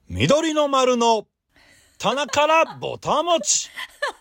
緑の丸の棚からぼたもち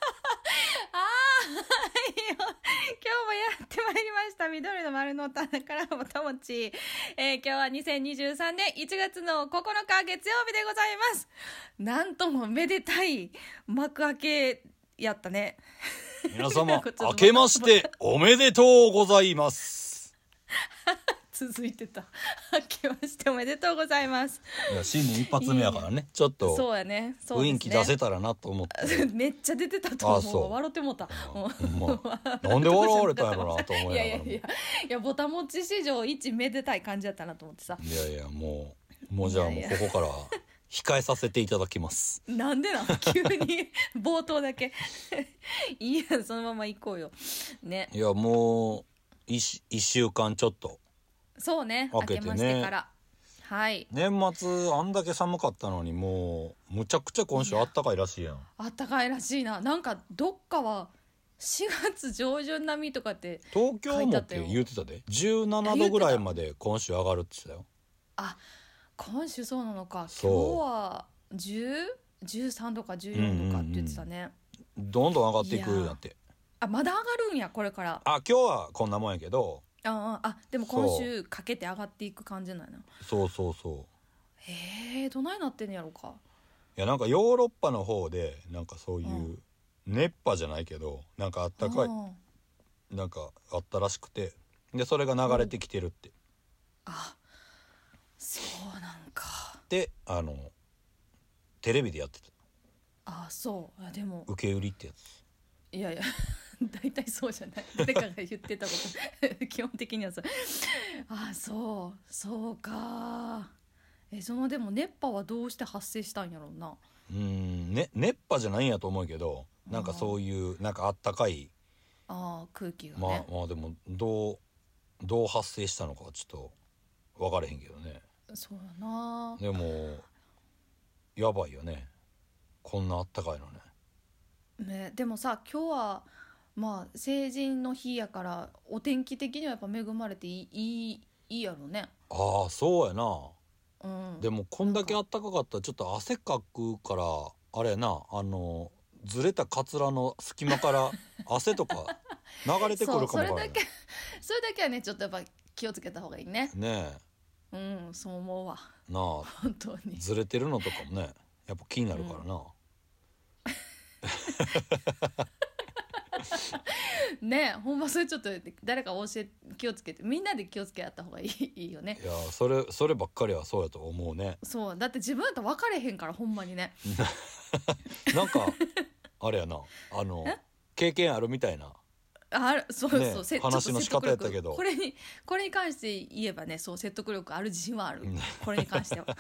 今日もやってまいりました緑の丸の棚からぼたもち、今日は2023年1月の9日月曜日でございます。なんともめでたい幕開けやったね。 皆様明けましておめでとうございます続いてた。明けましておめでとうございます。 いや新年一発目やからね、ちょっとそうやね、そうですね、 雰囲気出せたらなと思ってめっちゃ出てたと思う。 あそう笑ってもうた。 なんで笑われたんやろなと思いながらいやぼたもち史上一めでたい感じだったなと思ってさ。 いやもうじゃあもうここから控えさせていただきますなんでなん急に冒頭だけいいや、そのまま行こうよね。 いやもう一週間ちょっとそうね、 明けてね、 明けましてからはい年末あんだけ寒かったのにもうむちゃくちゃ今週あったかいらしいやん。 あったかいらしいな。なんかどっかは4月上旬並みとかって東京もって言うてたで17度ぐらいまで今週上がるって言ってたよ。 あ、今週そうなのか。今日そうは13度か14度かって言ってたね、 どんどん上がっていくようになって。 あ、まだ上がるんやこれから。 あ、今日はこんなもんやけど、 でも今週かけて上がっていく感じなんやな。 そうどないなってんやろうか。 いやなんかヨーロッパの方でなんかそういう熱波じゃないけどなんかあったかいなんかあったらしくて、でそれが流れてきてるってあ、そうなんか。 でテレビでやってた。 そう。でも受け売りってやつ。 いや大体そうじゃない。誰かが言ってたこと基本的にはそう。そうか。そのでも熱波はどうして発生したんやろうな。 熱波じゃないんやと思うけど、なんかそういうなんかあったかい空気がね。 まあでもどう発生したのかはちょっと分からへんけどね。 そうやな。 でもやばいよね、こんなあったかいのね。 でもさ、今日はまあ成人の日やからお天気的にはやっぱ恵まれていいやろね。 そうやな、でもこんだけあったかかったらちょっと汗かくからあれやな、ずれたカツラの隙間から汗とか流れてくるかもわからないそれだけはねちょっとやっぱ気をつけた方がいいね。 ねそう思うわなあ本当に。 ずれてるのとかもねやっぱ気になるからな、 ね、ほんまそれちょっと誰か気をつけて、みんなで気をつけやった方がいいよね。 いやそればっかりはそうやと思うね。 そうだって自分だと分かれへんからほんまにねなんかあれやな、経験あるみたいなそう、 ね話の仕方やったけど、 これに関して言えばね、そう説得力ある自信はあるこれに関しては。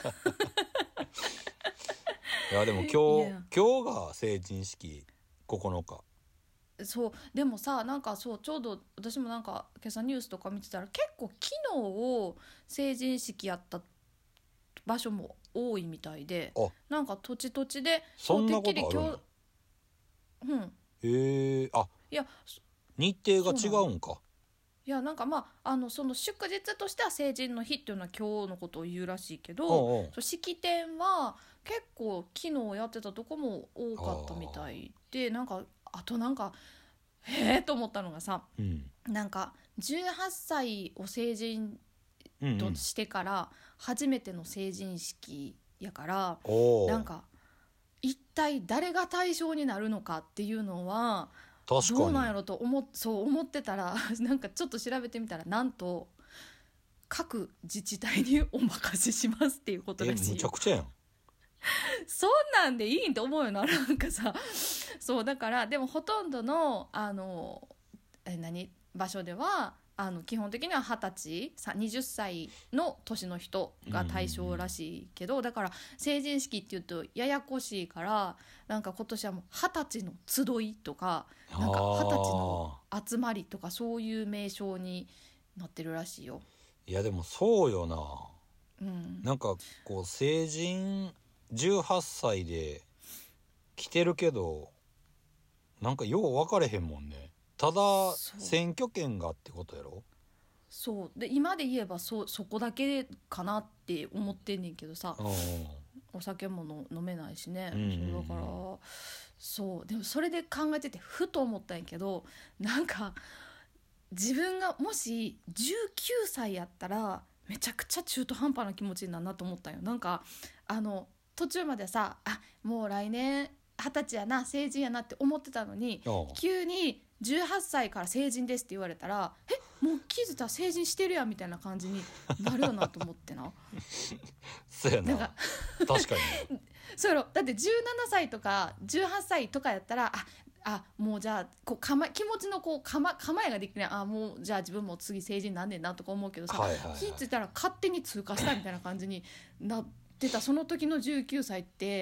いやでも今日が成人式9日。 そうでもさ、なんかそうちょうど私もなんか今朝ニュースとか見てたら結構昨日成人式やった場所も多いみたいで、なんか土地でそんなことあるの？いや日程が違うんか。 いやなんかその祝日としては成人の日っていうのは今日のことを言うらしいけど、式典は結構昨日やってたとこも多かったみたいで、なんかあとなんかと思ったのがさ、なんか18歳を成人としてから初めての成人式やから、なんか一体誰が対象になるのかっていうのはどうなんやろとそう思ってたらなんかちょっと調べてみたら、なんと各自治体にお任せしますっていうことらしいよ。 むちゃくちゃやん。 そんなんでいいんと思うよな。なんかさ、そうだからでもほとんどの場所では基本的には20歳20歳の年の人が対象らしいけど、だから成人式っていうとややこしいから、なんか今年はもう20歳の集いとか、なんか20歳の集まりとかそういう名称になってるらしいよ。 いやでもそうよな、なんかこう成人18歳で来てるけどなんかよう分かれへんもんね。ただ選挙権がってことやろ。 そうで今で言えばそこだけかなって思ってんねんけどさ、 お酒も飲めないしね、 うんうんうん、 そうだからそうでもそれで考えててふと思ったんやけど、なんか自分がもし19歳やったらめちゃくちゃ中途半端な気持ちになるなと思ったんよ。なんか途中までさ、もう来年20歳やな、成人やなって思ってたのに、急に18歳から成人ですって言われたら、もう気づいたら成人してるやんみたいな感じになるよなと思ってなそうやな、 なんか確かにそうやろ。だって17歳とか18歳とかやったらもうじゃあこう気持ちのこう構えができない、もうじゃあ自分も次成人なんねんなとか思うけどさ、 はいはいはい、 気づいたら勝手に通過したみたいな感じになってたその時の19歳って、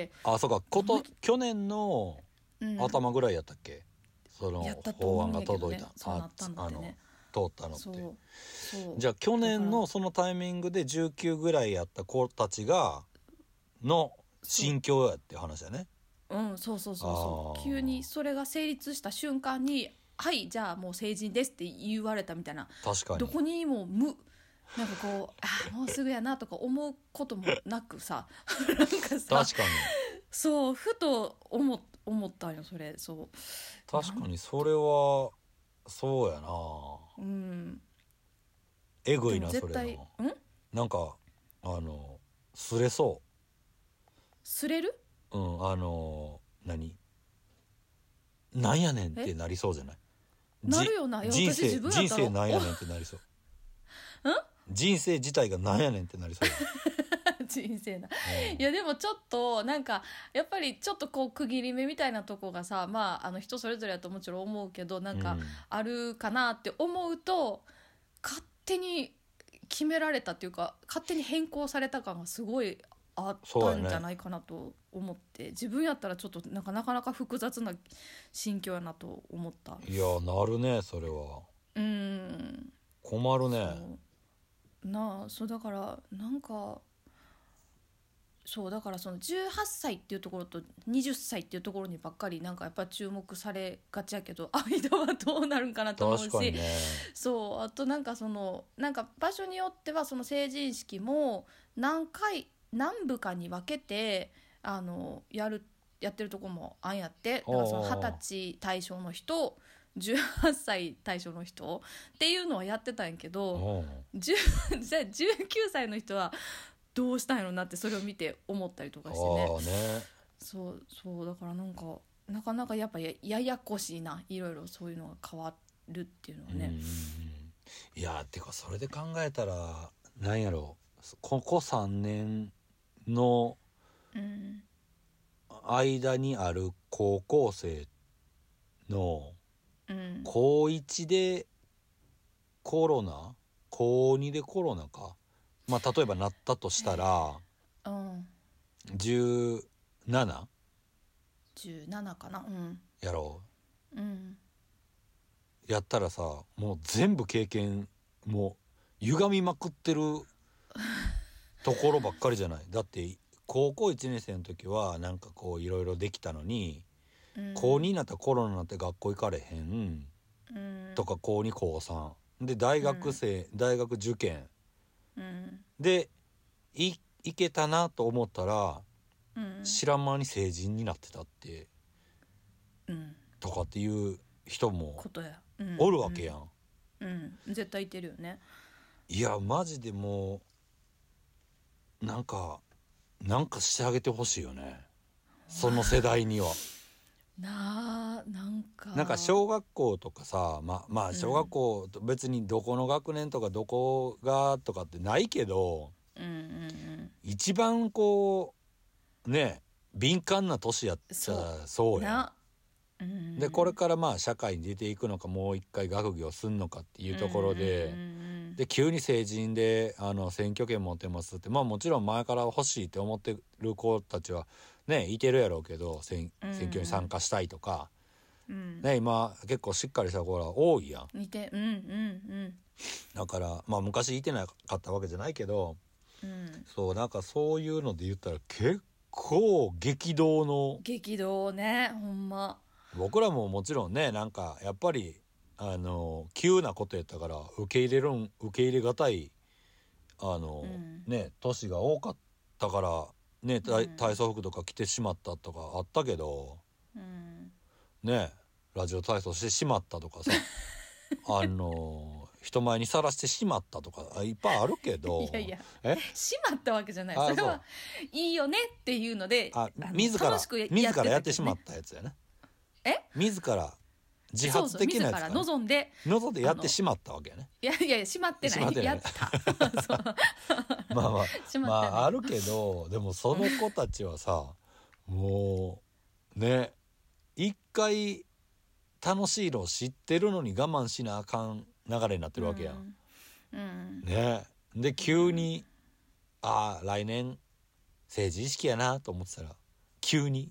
そうか、去年の頭ぐらいやったっけ、その法案が届いた、 そうなったんだってね、 通ったのって。 そうじゃあ去年のそのタイミングで19ぐらいやった子たちがの心境やって話だね。 そう急にそれが成立した瞬間に、はいじゃあもう成人ですって言われたみたいな。 確かにどこにもなんかこうもうすぐやなとか思うこともなくさなんかさ、 確かにそうふと思ったんよそれ。そう確かにそれはそうやな、えぐいなそれな。なんかすれそすれるう、なんやねんってなりそうじゃない？ なるよな。 人私自分やったら生なんやねんってなりそう人生自体がなんやねんってなりそう人生な、いやでもちょっとなんかやっぱりちょっとこう区切り目みたいなとこがさ、人それぞれやともちろん思うけど、なんかあるかなって思うと、勝手に決められたっていうか勝手に変更された感がすごいあったんじゃないかなと思って、自分やったらちょっとなかなか複雑な心境やなと思った。 いやなるね、それは困るね。 そうだからなんかそうだからその18歳っていうところと20歳っていうところにばっかりなんかやっぱ注目されがちやけど、間はどうなるんかなと思うし、 確かにね、 そうあとなんかなんか場所によってはその成人式も何部かに分けてやってるとこもあんやって。だからその20歳対象の人、18歳対象の人っていうのはやってたんやけど、19歳の人はどうしたんやろなってそれを見て思ったりとかしてね。そうだからなんかなかなかやっぱややこしいな、いろいろそういうのが変わるっていうのはね。 いやてかそれで考えたらなんやろ、ここ3年の間にある高校生の高1でコロナ、高2でコロナか、例えばなったとしたら、17 かな、 やろう、やったらさ、もう全部経験もう歪みまくってるところばっかりじゃない。だって高校1年生の時はなんかこういろいろできたのに、高2になったらコロナになって学校行かれへん、とか高2高3で大学受験、でいけたなと思ったら、知らん間に成人になってたって、とかっていう人もおるわけやん。 絶対いてるよね。 いやマジでもうなんかしてあげてほしいよね、その世代には。なんか小学校とかさ、小学校別にどこの学年とかどこがとかってないけど、一番こうね敏感な年やっちゃそうやん。でこれから社会に出ていくのか、もう一回学業すんのかっていうところで、急に成人で選挙権持ってますって、もちろん前から欲しいって思ってる子たちはねいてるやろうけど、選挙に参加したいとか、今結構しっかりした子ら多いやん。だから昔いてなかったわけじゃないけど、そうなんかそういうので言ったら結構激動ね、ほんま。 僕らももちろんね、なんかやっぱり急なことやったから受け入れがたい年が多かったからね、体操服とか着てしまったとかあったけど、ね、ラジオ体操してしまったとかさ人前にさらしてしまったとかいっぱいあるけどいやいやしまったわけじゃない。それはいいよねっていうので自らやってしまったやつやね。自ら自発的なやつか、ね、 望んでやってしまったわけやね。 いやしまってない、やったそうまああるけど、でもその子たちはさもうね、一回楽しいの知ってるのに我慢しなあかん流れになってるわけやん、ね。で急に来年成人式やなと思ってたら急に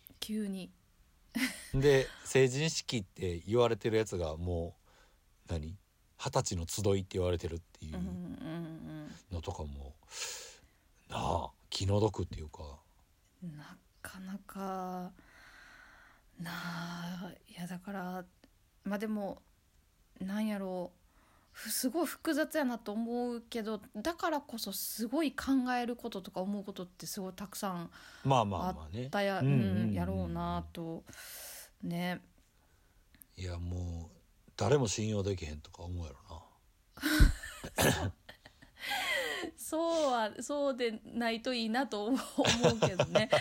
で成人式って言われてるやつがもう20歳の集いって言われてるっていうのとかもなあ気の毒っていうか、 なかなかなあ。いやだからまあでもなんやろう、すごい複雑やなと思うけど、だからこそすごい考えることとか思うことってすごいたくさんあったやろうなとね。 いやもう誰も信用できへんとか思うやろなそうでないといいなと思うけどね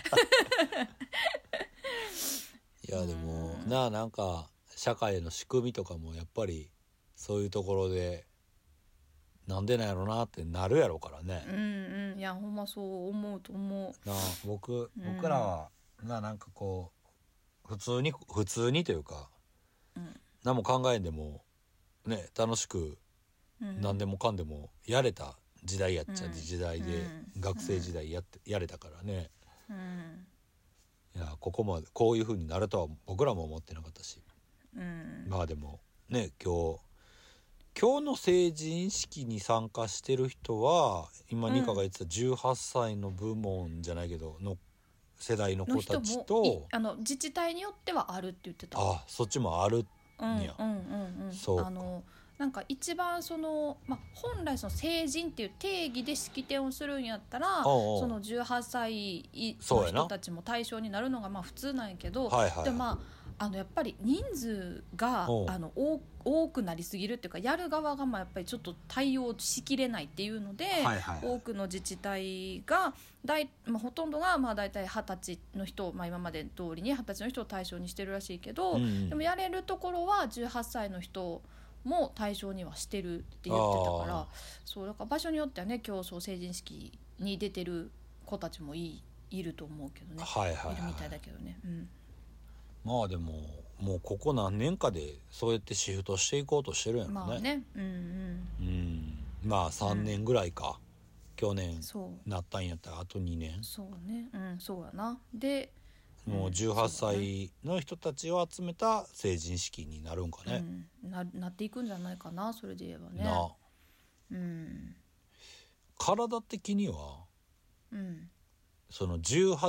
いやでもなんか社会の仕組みとかもやっぱりそういうところでなんでなんやろなってなるやろからね。 いやほんまそう思うと思う。 僕らはなんかこう普通にというか、何も考えんでもね楽しく何でもかんでもやれた時代やっちゃ時代で、学生時代やれたからね、いやここまでこういう風になるとは僕らも思ってなかったし、まあでもね今日の成人式に参加してる人は今ニカが言ってた18歳の部門じゃないけどの世代の子たちと自治体によってはあるって言ってた。 そっちもあるんや。そうか。 なんか一番本来その成人っていう定義で式典をするんやったらその18歳の人たちも対象になるのが普通なんやけど、でもやっぱり人数が多くなりすぎるっていうか、やる側がやっぱりちょっと対応しきれないっていうので、多くの自治体がほとんどがだいたい20歳の人、今まで通りに20歳の人を対象にしてるらしいけど、でもやれるところは18歳の人も対象にはしてるって言ってたから、そうだから場所によってはね、今日成人式に出てる子たちもいると思うけどね、いるみたいだけどね。 まあでももうここ何年かでそうやってシフトしていこうとしてるんやろね。3年ぐらいか、去年なったんやったらあと2年。 そうね、そうやな。でもう18歳の人たちを集めた成人式になるんかね、 なっていくんじゃないかな、それで言えばね。 体的には、その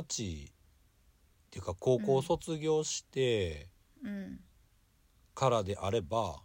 18っていうか高校卒業してからであれば、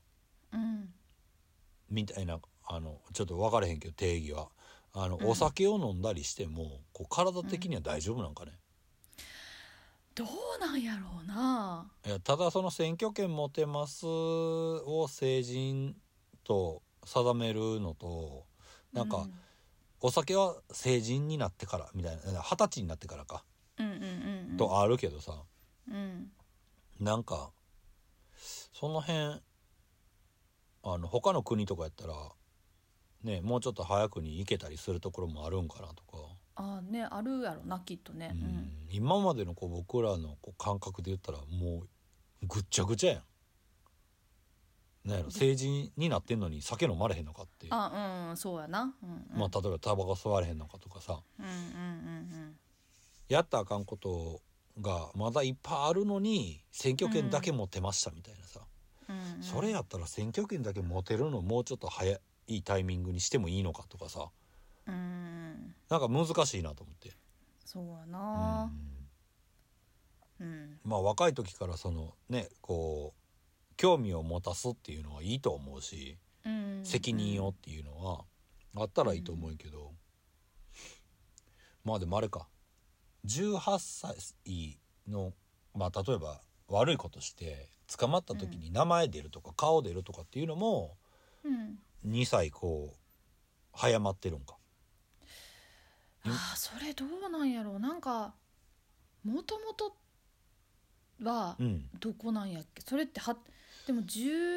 みたいなちょっと分からへんけど定義はお酒を飲んだりしても体的には大丈夫なんかね。 どうなんやろうな。 いやただその選挙権持てますを成人と定めるのと、なんか、お酒は成人になってからみたいな、20歳になってからか、とあるけどさ、なんかその辺他の国とかやったらね、もうちょっと早くに行けたりするところもあるんかなとか。 あるやろなきっとね。 今までの僕らの感覚で言ったらもうぐっちゃぐちゃやん。なんやろ、成人になってんのに酒飲まれへんのかっていう。 そうやな。 例えばタバコ吸われへんのかとかさ、やったらあかんことがまだいっぱいあるのに選挙権だけ持てましたみたいなさ、それやったら選挙権だけ持てるのもうちょっと早いタイミングにしてもいいのかとかさ、なんか難しいなと思って。 そうやな。 若い時からそのね興味を持たすっていうのはいいと思うし、責任をっていうのはあったらいいと思うけど、でもあれか、 18歳のまあ例えば悪いことして捕まった時に名前出るとか顔出るとかっていうのも2歳こう早まってるんか。 それどうなんやろう。なんかもともとはどこなんやっけ、それってでも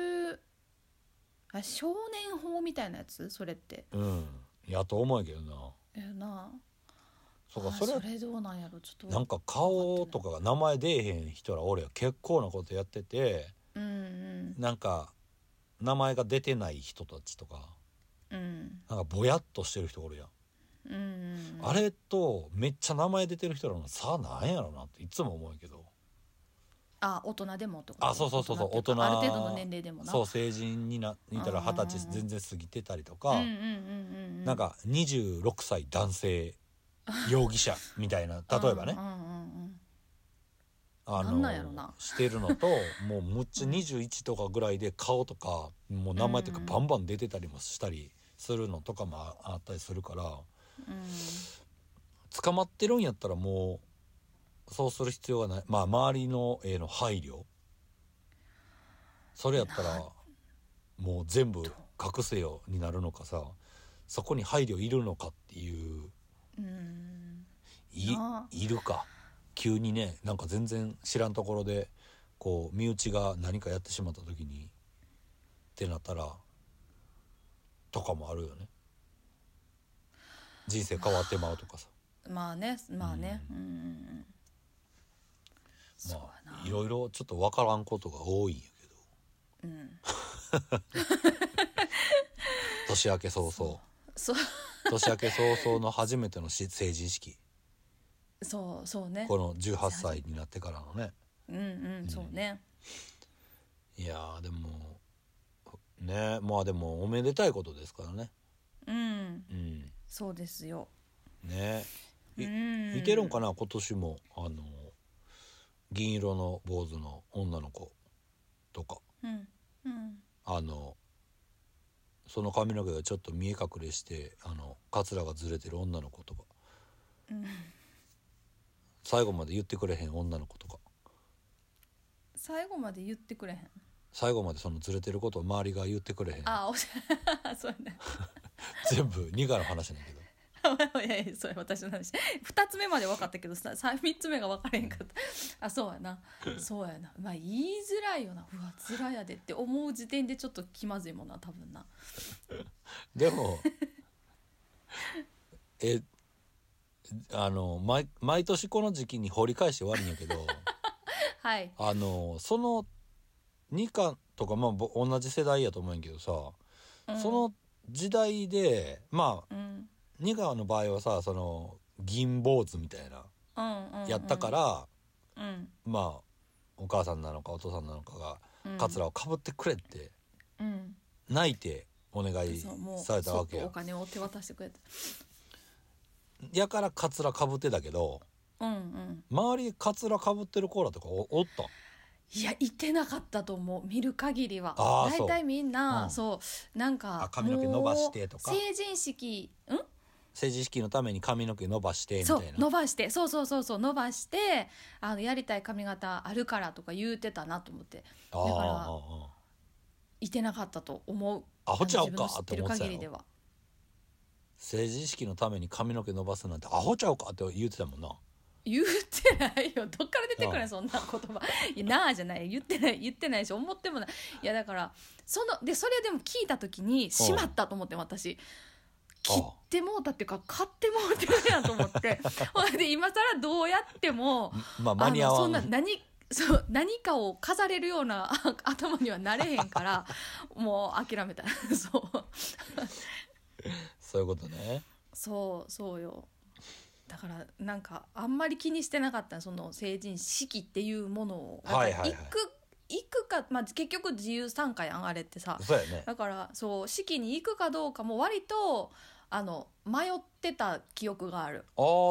少年法みたいなやつそれって。 やと思うけどな。 なそうか、 それどうなんやろ。ちょっとなんか顔とかが名前出えへん人ら俺は結構なことやってて、なんか名前が出てない人たちとか、なんかぼやっとしてる人おるやん。あれとめっちゃ名前出てる人らの差なんやろなっていつも思うけど。 大人でもとか。 そう大人、 ある程度の年齢でもな。 そう成人になったら20歳全然過ぎてたりとか、なんか26歳男性容疑者みたいな例えばね、 なんなんやろなしてるのと、もうむっちゃ21とかぐらいで顔とかもう名前とかバンバン出てたりもしたりするのとかもあったりするから、捕まってるんやったらもうそうする必要がない。まあ周りの配慮、それやったらもう全部隠せよになるのかさ、そこに配慮いるのかっていう、いるか急にね、なんか全然知らんところでこう身内が何かやってしまった時にってなったらとかもあるよね。人生変わってまうとかさ。 まあね。まあいろいろちょっと分からんことが多いんやけど、年明け早々年明け早々の初めての成人式、 そうね、 この18歳になってからのね。 そうね。 いやでもね、まあでもおめでたいことですからね。 そうですよね。いけるんかな今年も銀色の坊主の女の子とか、その髪の毛がちょっと見え隠れしてカツラがずれてる女の子とか、最後まで言ってくれへん女の子とか。 最後まで言ってくれへん。 最後までそのずれてることを周りが言ってくれへん。 そうね全部2がの話なんだけどいやそれ私の話。2つ目まで分かったけど3つ目が分からへんかったそうやなまあ言いづらいよな。うわつらやでって思う時点でちょっと気まずいもんな多分な。 でも毎年この時期に掘り返して悪いんやけどはい、 そのニカとかまあ同じ世代やと思うんやけどさ、その時代でまあ、ニカの場合はさその銀坊主みたいな、やったから、まあお母さんなのかお父さんなのかがカツラをかぶってくれって、泣いてお願いされたわけや。 お金を手渡してくれたやからカツラかぶってたけど、周りカツラかぶってる子らとかおった？ いやいてなかったと思う見る限りは。大体みんなそうなんか髪の毛伸ばしてとか成人式のために髪の毛伸ばしてみたいな。 伸ばしてそう伸ばしてやりたい髪型あるからとか言うてたなと思って。だからいてなかったと思う。 アホちゃうかって思ってたよ。 成人式のために髪の毛伸ばすなんてアホちゃうかって言ってたもんな。 言ってないよ。どっから出てくるのそんな言葉。いやなあじゃない。言ってないし思ってもない。いやだからそれでも聞いた時にしまったと思って私。切ってもうたっていうか買ってもうてるやんと思ってで今更どうやっても、 間に合わん。 そんな何かを飾れるような頭にはなれへんからもう諦めたそういうことね。 そうよ。だからなんかあんまり気にしてなかったその成人式っていうものを行くか、まあ、結局自由参加やんあれってさ。 そうやね。 だから式に行くかどうかも割と迷ってた記憶がある。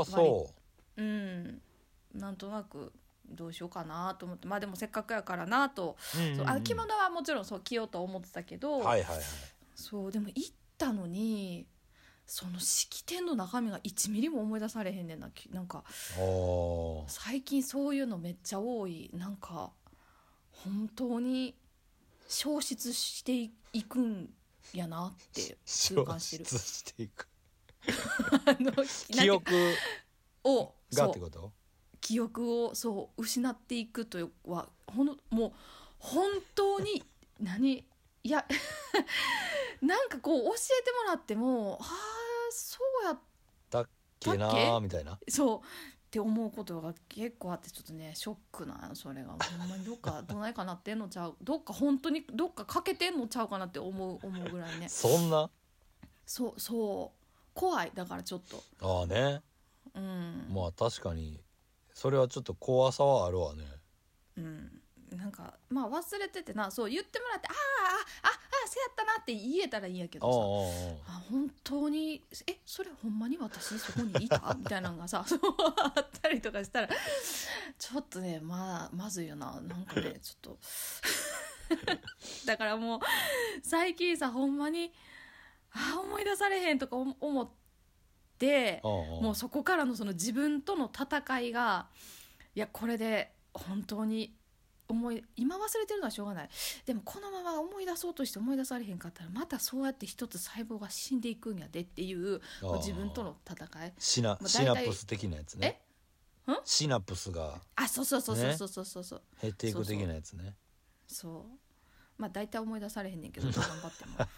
なんとなくどうしようかなと思って、まあでもせっかくやからなと、着物はもちろん着ようと思ってたけど、そうでも行ったのにその式典の中身が1ミリも思い出されへんねんな。なんか最近そういうのめっちゃ多い。なんか本当に消失していくんやなって痛感してる。 消失していく記憶をがってこと？ 記憶をそう失っていくというはもう本当にいやなんかこう教えてもらってもそうやだっけなーみたいな、 そうって思うことが結構あって、ちょっとねショックな、それがほんまにどっかどないかなってんのちゃう、どっか本当にどっか欠けてんのちゃうかなって思うぐらいね。 そんなそう怖い。だからちょっとね、まあ確かにそれはちょっと怖さはあるわね。 なんかまあ忘れててな、そう言ってもらってそうやったなって言えたらいいんやけどさ、本当にそれほんまに私そこにいたみたいなのがさそうあったりとかしたらちょっとねまずいよな。なんかねちょっとだからもう最近さ、ほんまに思い出されへんとか思ってもうそこからのその自分との戦いが、いやこれで本当に今忘れてるのはしょうがない。でもこのまま思い出そうとして思い出されへんかったらまたそうやって一つ細胞が死んでいくんやでっていう自分との戦い。 シナプス的なやつね。シナプスがそう減っていく的なやつね。 そうまあ大体思い出されへんねんけど頑張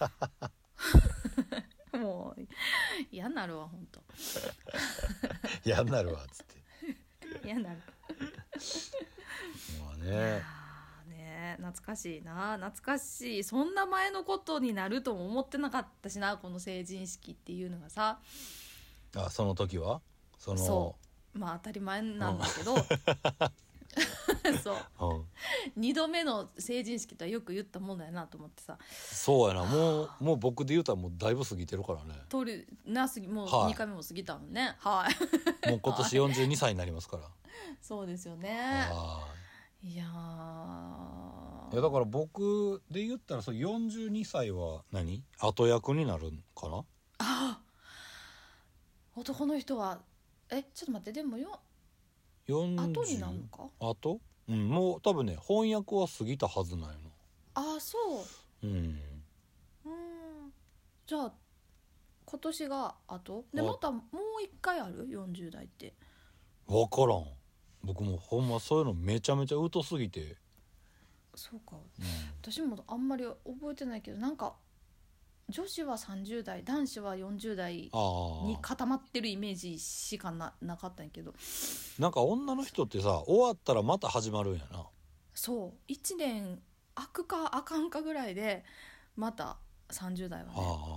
ってももう嫌になるわほんと嫌になるわっつって嫌になるまあね懐かしいな、懐かしい。そんな前のことになるとも思ってなかったしな、この成人式っていうのがさ。 その時はそうまあ当たり前なんだけど、そう、2度目の成人式とはよく言ったもんだよなと思ってさ。 そうやな、もう僕で言うたらもうだいぶ過ぎてるからね。 もう2回目も過ぎたもんね。 もう今年42歳になりますからそうですよね。いやだから僕で言ったら42歳は後役になるんかな。 男の人はちょっと待って、でも後になるのか。 もう多分ね翻訳は過ぎたはずなんやな。 そうじゃあ今年が後でまたもう一回ある40代って分からん。僕もほんまそういうのめちゃめちゃ疎すぎて。 そうか、私もあんまり覚えてないけど、なんか女子は30代男子は40代に固まってるイメージしかなかったんやけど、 なんか女の人ってさ終わったらまた始まるんやな。そう 1年空くか空かんかぐらいでまた30代はね。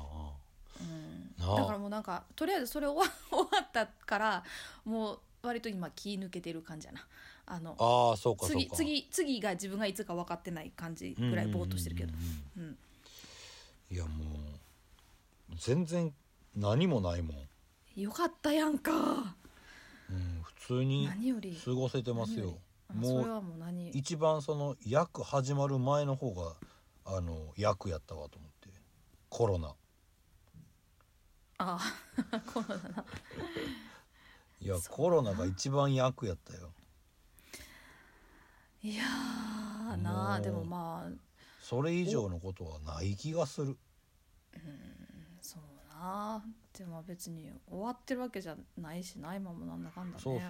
だからもうなんかとりあえずそれ終わったからもう割と今気抜けてる感じやな。 そうか次が自分がいつか分かってない感じぐらいぼーっとしてるけど、 いやもう全然何もないもん。 よかったやんか。 普通に過ごせてますよ。もう一番役始まる前の方が役やったわと思って。コロナコロナな。 いやコロナが一番役やったよ。 いやなでもまあそれ以上のことはない気がする。 そうな。でも別に終わってるわけじゃないしな、今もなんだかんだね。 そう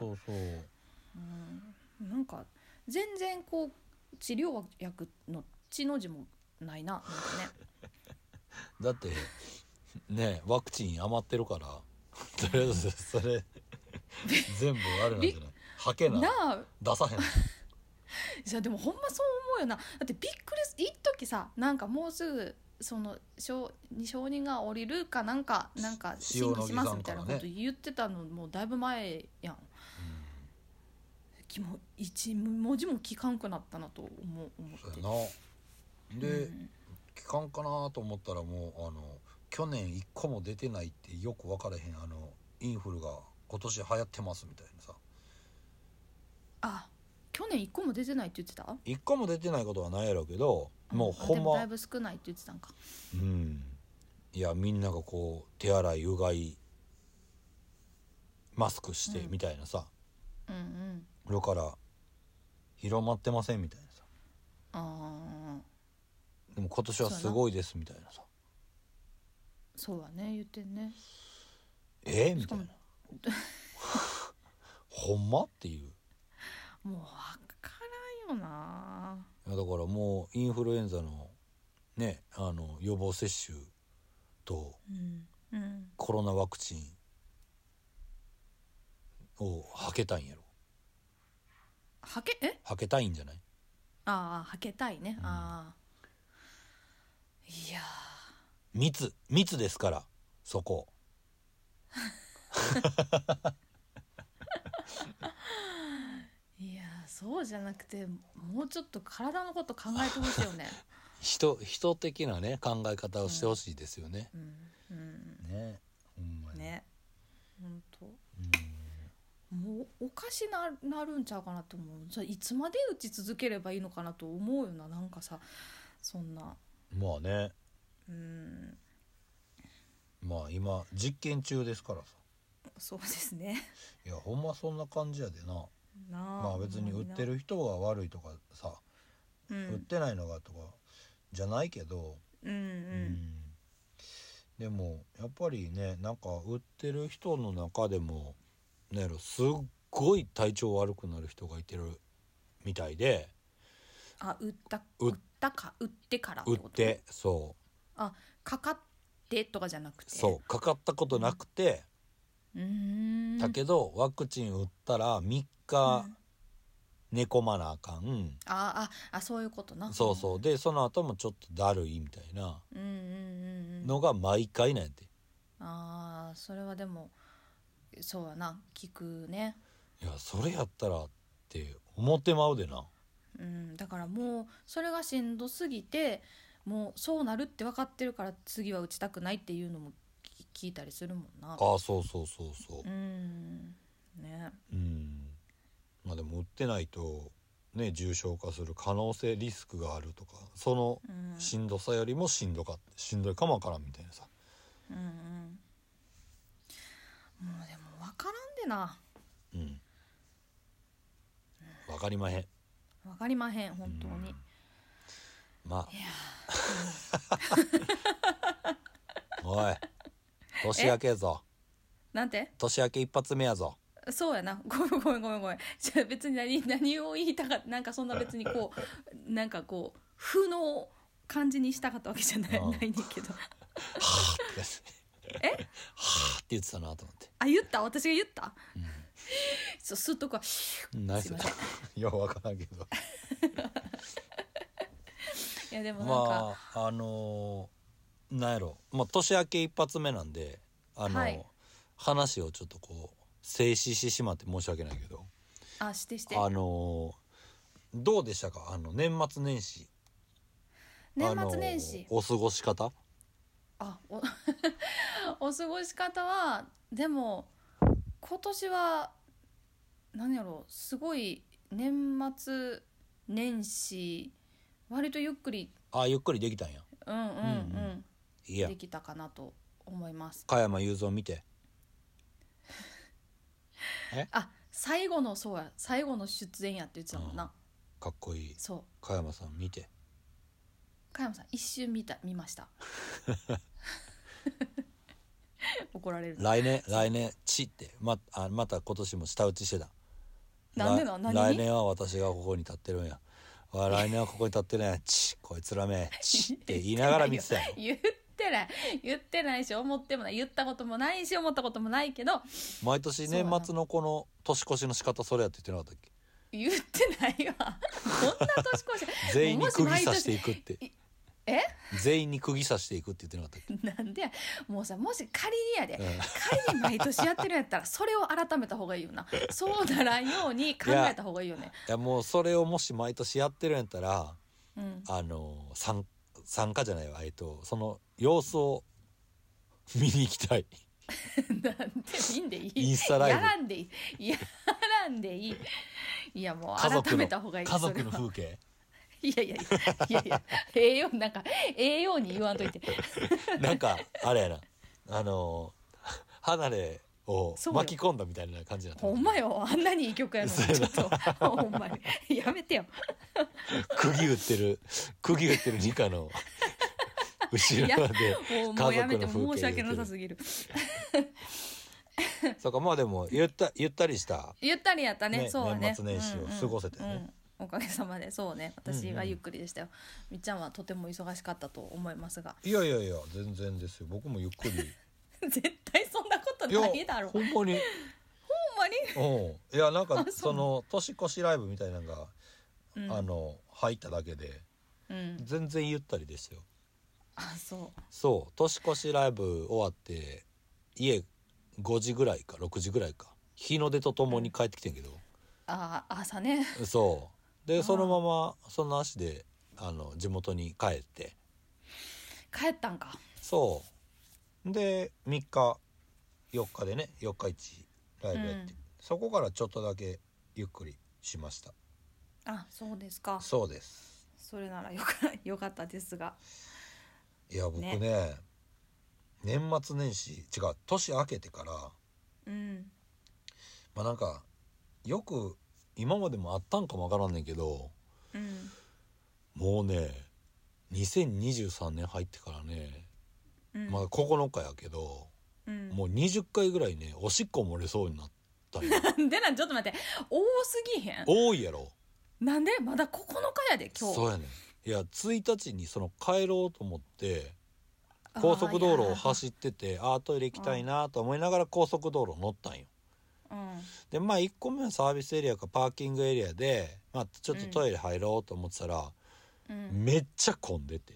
なんか全然こう治療薬の血の字もないな、なんかねだってねワクチン余ってるからとりあえずそれ全部あるなんじゃない。はけな出さへん。 いやでもほんまそう思うよな。だってびっくり一時さ、なんかもうすぐ承認が下りるかなんか審議しますみたいなこと言ってたのもうだいぶ前やん。もう一文字も聞かんくなったなと思ってで、聞かんかなと思ったらもう去年1個も出てないってよく分からへんインフルが今年流行ってますみたいなさ。 去年1個も出てないって言ってた。 1個も出てないことはないやろうけど、もうほんまだいぶ少ないって言ってたんか。 いやみんながこう手洗いうがいマスクしてみたいなさ、 うんだから広まってませんみたいなさ、 ああでも今年はすごいですみたいなさ、 そうだね言ってんね。 みたいなほんまっていう。 もう分からんよな。 いやだからもうインフルエンザのね予防接種とコロナワクチンをはけたいんやろ。 はけたいんじゃない？ ああはけたいね、ああいや密ですからそこいやそうじゃなくてもうちょっと体のこと考えてほしいよね人的なね考え方をしてほしいですよね、ねほんまにねほんと、もうおかしなるんちゃうかなと思う。じゃあいつまで打ち続ければいいのかなと思うよな。なんかさそんなまあねまあ今実験中ですからさ。 そうですねいやほんまそんな感じやでな。まあ別に売ってる、 る人が悪いとかさ、売ってないのがとかじゃないけど、でもやっぱりねなんか売ってる人の中でもねすっごい体調悪くなる人がいてるみたいで。 売ってからってこと？ 売ってそうかかってとかじゃなくてそうかかったことなくて、だけどワクチン打ったら3日寝込まなあかん、 そういうことな。 そうでその後もちょっとだるいみたいなのが毎回なんやて。 それはでもそうやな聞くね。 いやそれやったらって思ってまうでな。 だからもうそれがしんどすぎてもうそうなるって分かってるから次は打ちたくないっていうのも聞いたりするもんな。 そうねまあでも打ってないとね重症化する可能性リスクがあるとかそのしんどさよりもしんどいかもわからんみたいなさ。 もうでも分からんでな。 分かりまへん本当に。 まあおい年明けやぞ。 なんて？ 年明け一発目やぞ。 そうやな。ごめん。じゃあ別に何を言いたかったなんかそんな別にこうなんかこう負の感じにしたかったわけじゃないねんけど。 はぁってはぁって言ってたなと思って。 言った私が言った。すっとこはナイス。いや分からんけど。 いやでもなんかまあなんやろ、年明け一発目なんで話をちょっとこう静止してしまって申し訳ないけど。 してどうでしたか年末年始お過ごし方。 お過ごし方はでも今年は何やろすごい年末年始割とゆっくりできたんや。いやできたかなと思います。 加山雄三見て最後の出演やって言ってたもんな。 かっこいい。 そう加山さん見て。 加山さん一瞬見ました怒られる。 来年チってまた今年も舌打ちしてた。 なんで何来年は私がここに立ってるんや。来年はここに立ってるんや。こいつらめチって言いながら見てたよ。 言ってないし思ってもない言ったこともないし思ったこともないけど毎年年末のこの年越しの仕方それやって言ってなかったっけ。 言ってないわ。どんな年越し全員に釘刺していくって全員に釘刺していくって言ってなかったっけ。なんでやもうさもし仮にやで、仮に毎年やってるんやったらそれを改めた方がいいよな。そうならんように考えた方がいいよね。 いやもうそれをもし毎年やってるんやったら、参加じゃないわその様子を見に行きたい。 なんでいいんでいい。 インスタライブやらんでいい。いやもう改めた方がいい。 家族の風景。 いやいやいやいや、栄養なんか栄養に言わんといて。 なんかあれやな、離れをそうよ巻き込んだみたいな感じだった。 ほんまよ、あんなにいい曲やのにちょっとほんまにやめてよ。 釘打ってるニカの後ろでもうやめて、 家族の風景申し訳なさすぎる。 そうか、まあでもゆったりしたゆったりやったね。 ねそうね、 年末年始を過ごせてね、 おかげさまで。そうね、私はゆっくりでしたよ。みっちゃんはとても忙しかったと思いますが。 いや全然ですよ、僕もゆっくり絶対そんなことないだろ。 ほんまにほんまに。 いやなんかそうその年越しライブみたいなのが、入っただけで、全然ゆったりですよ。そう年越しライブ終わって家5時ぐらいか6時ぐらいか、日の出とともに帰ってきてんけど、 朝ね。 そうでそのままその足で地元に帰って帰ったんか。 そうで3日4日でね、4日1ライブやって、そこからちょっとだけゆっくりしました。 そうですか。 そうです。 それならよかったですが。 いや僕ね年末年始年明けてから、まあなんかよく今までもあったんかもわからんねんけど、もうね2023年入ってからね、まだ9日やけど、もう20回ぐらいねおしっこ漏れそうになったんや。 なんでなん、ちょっと待って、多すぎへん？ 多いやろ。 なんでまだ9日やで今日。 そうやねん。いや1日に帰ろうと思って高速道路を走ってて、トイレ行きたいなと思いながら高速道路乗ったんよ。でまあ1個目はサービスエリアかパーキングエリアで、ちょっとトイレ入ろうと思ってたら、めっちゃ混んでて。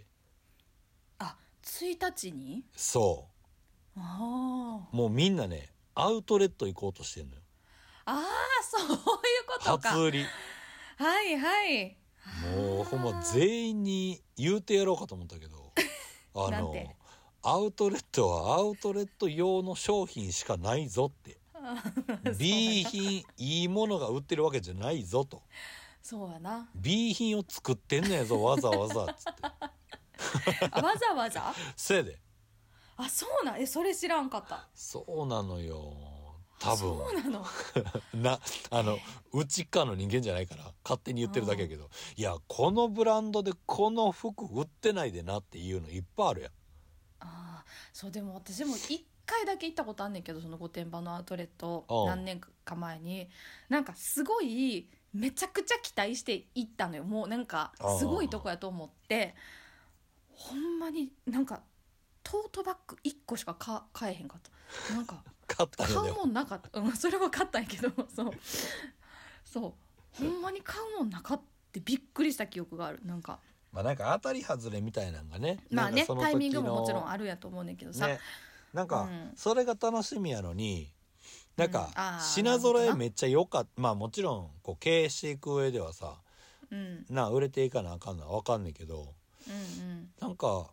1日に？ そうもうみんなねアウトレット行こうとしてんのよ。 そういうことか。 初売り。 はいはい。 もうほんま全員に言うてやろうかと思ったけどなんて？ アウトレットはアウトレット用の商品しかないぞってB 品いいものが売ってるわけじゃないぞと。 そうやな。 B 品を作ってんねんぞわざわざっつってわざわざせいで。 そうなん。それ知らんかった。 そうなのよ多分。 そうなのうちかの人間じゃないから勝手に言ってるだけやけど、いやこのブランドでこの服売ってないでなっていうのいっぱいあるやん。 そう、でも私も1回だけ行ったことあんねんけど、その御殿場のアウトレット何年か前に、なんかすごいめちゃくちゃ期待して行ったのよ。もうなんかすごいとこやと思って、ほんまになんかトートバッグ1個しか買えへんかった。なんか買ったんや買うもんなかった。それは買ったんやけど、そうほんまに買うもんなかってびっくりした記憶がある。なんかなんか当たり外れみたいなのがね、 タイミングももちろんああるやと思うねんけどさ、 なんかそれが楽しみやのに、なんか品揃えめっちゃ良かった。もちろんこう経営していく上ではさ、売れていかなあかんのは分かんねんけど、なんか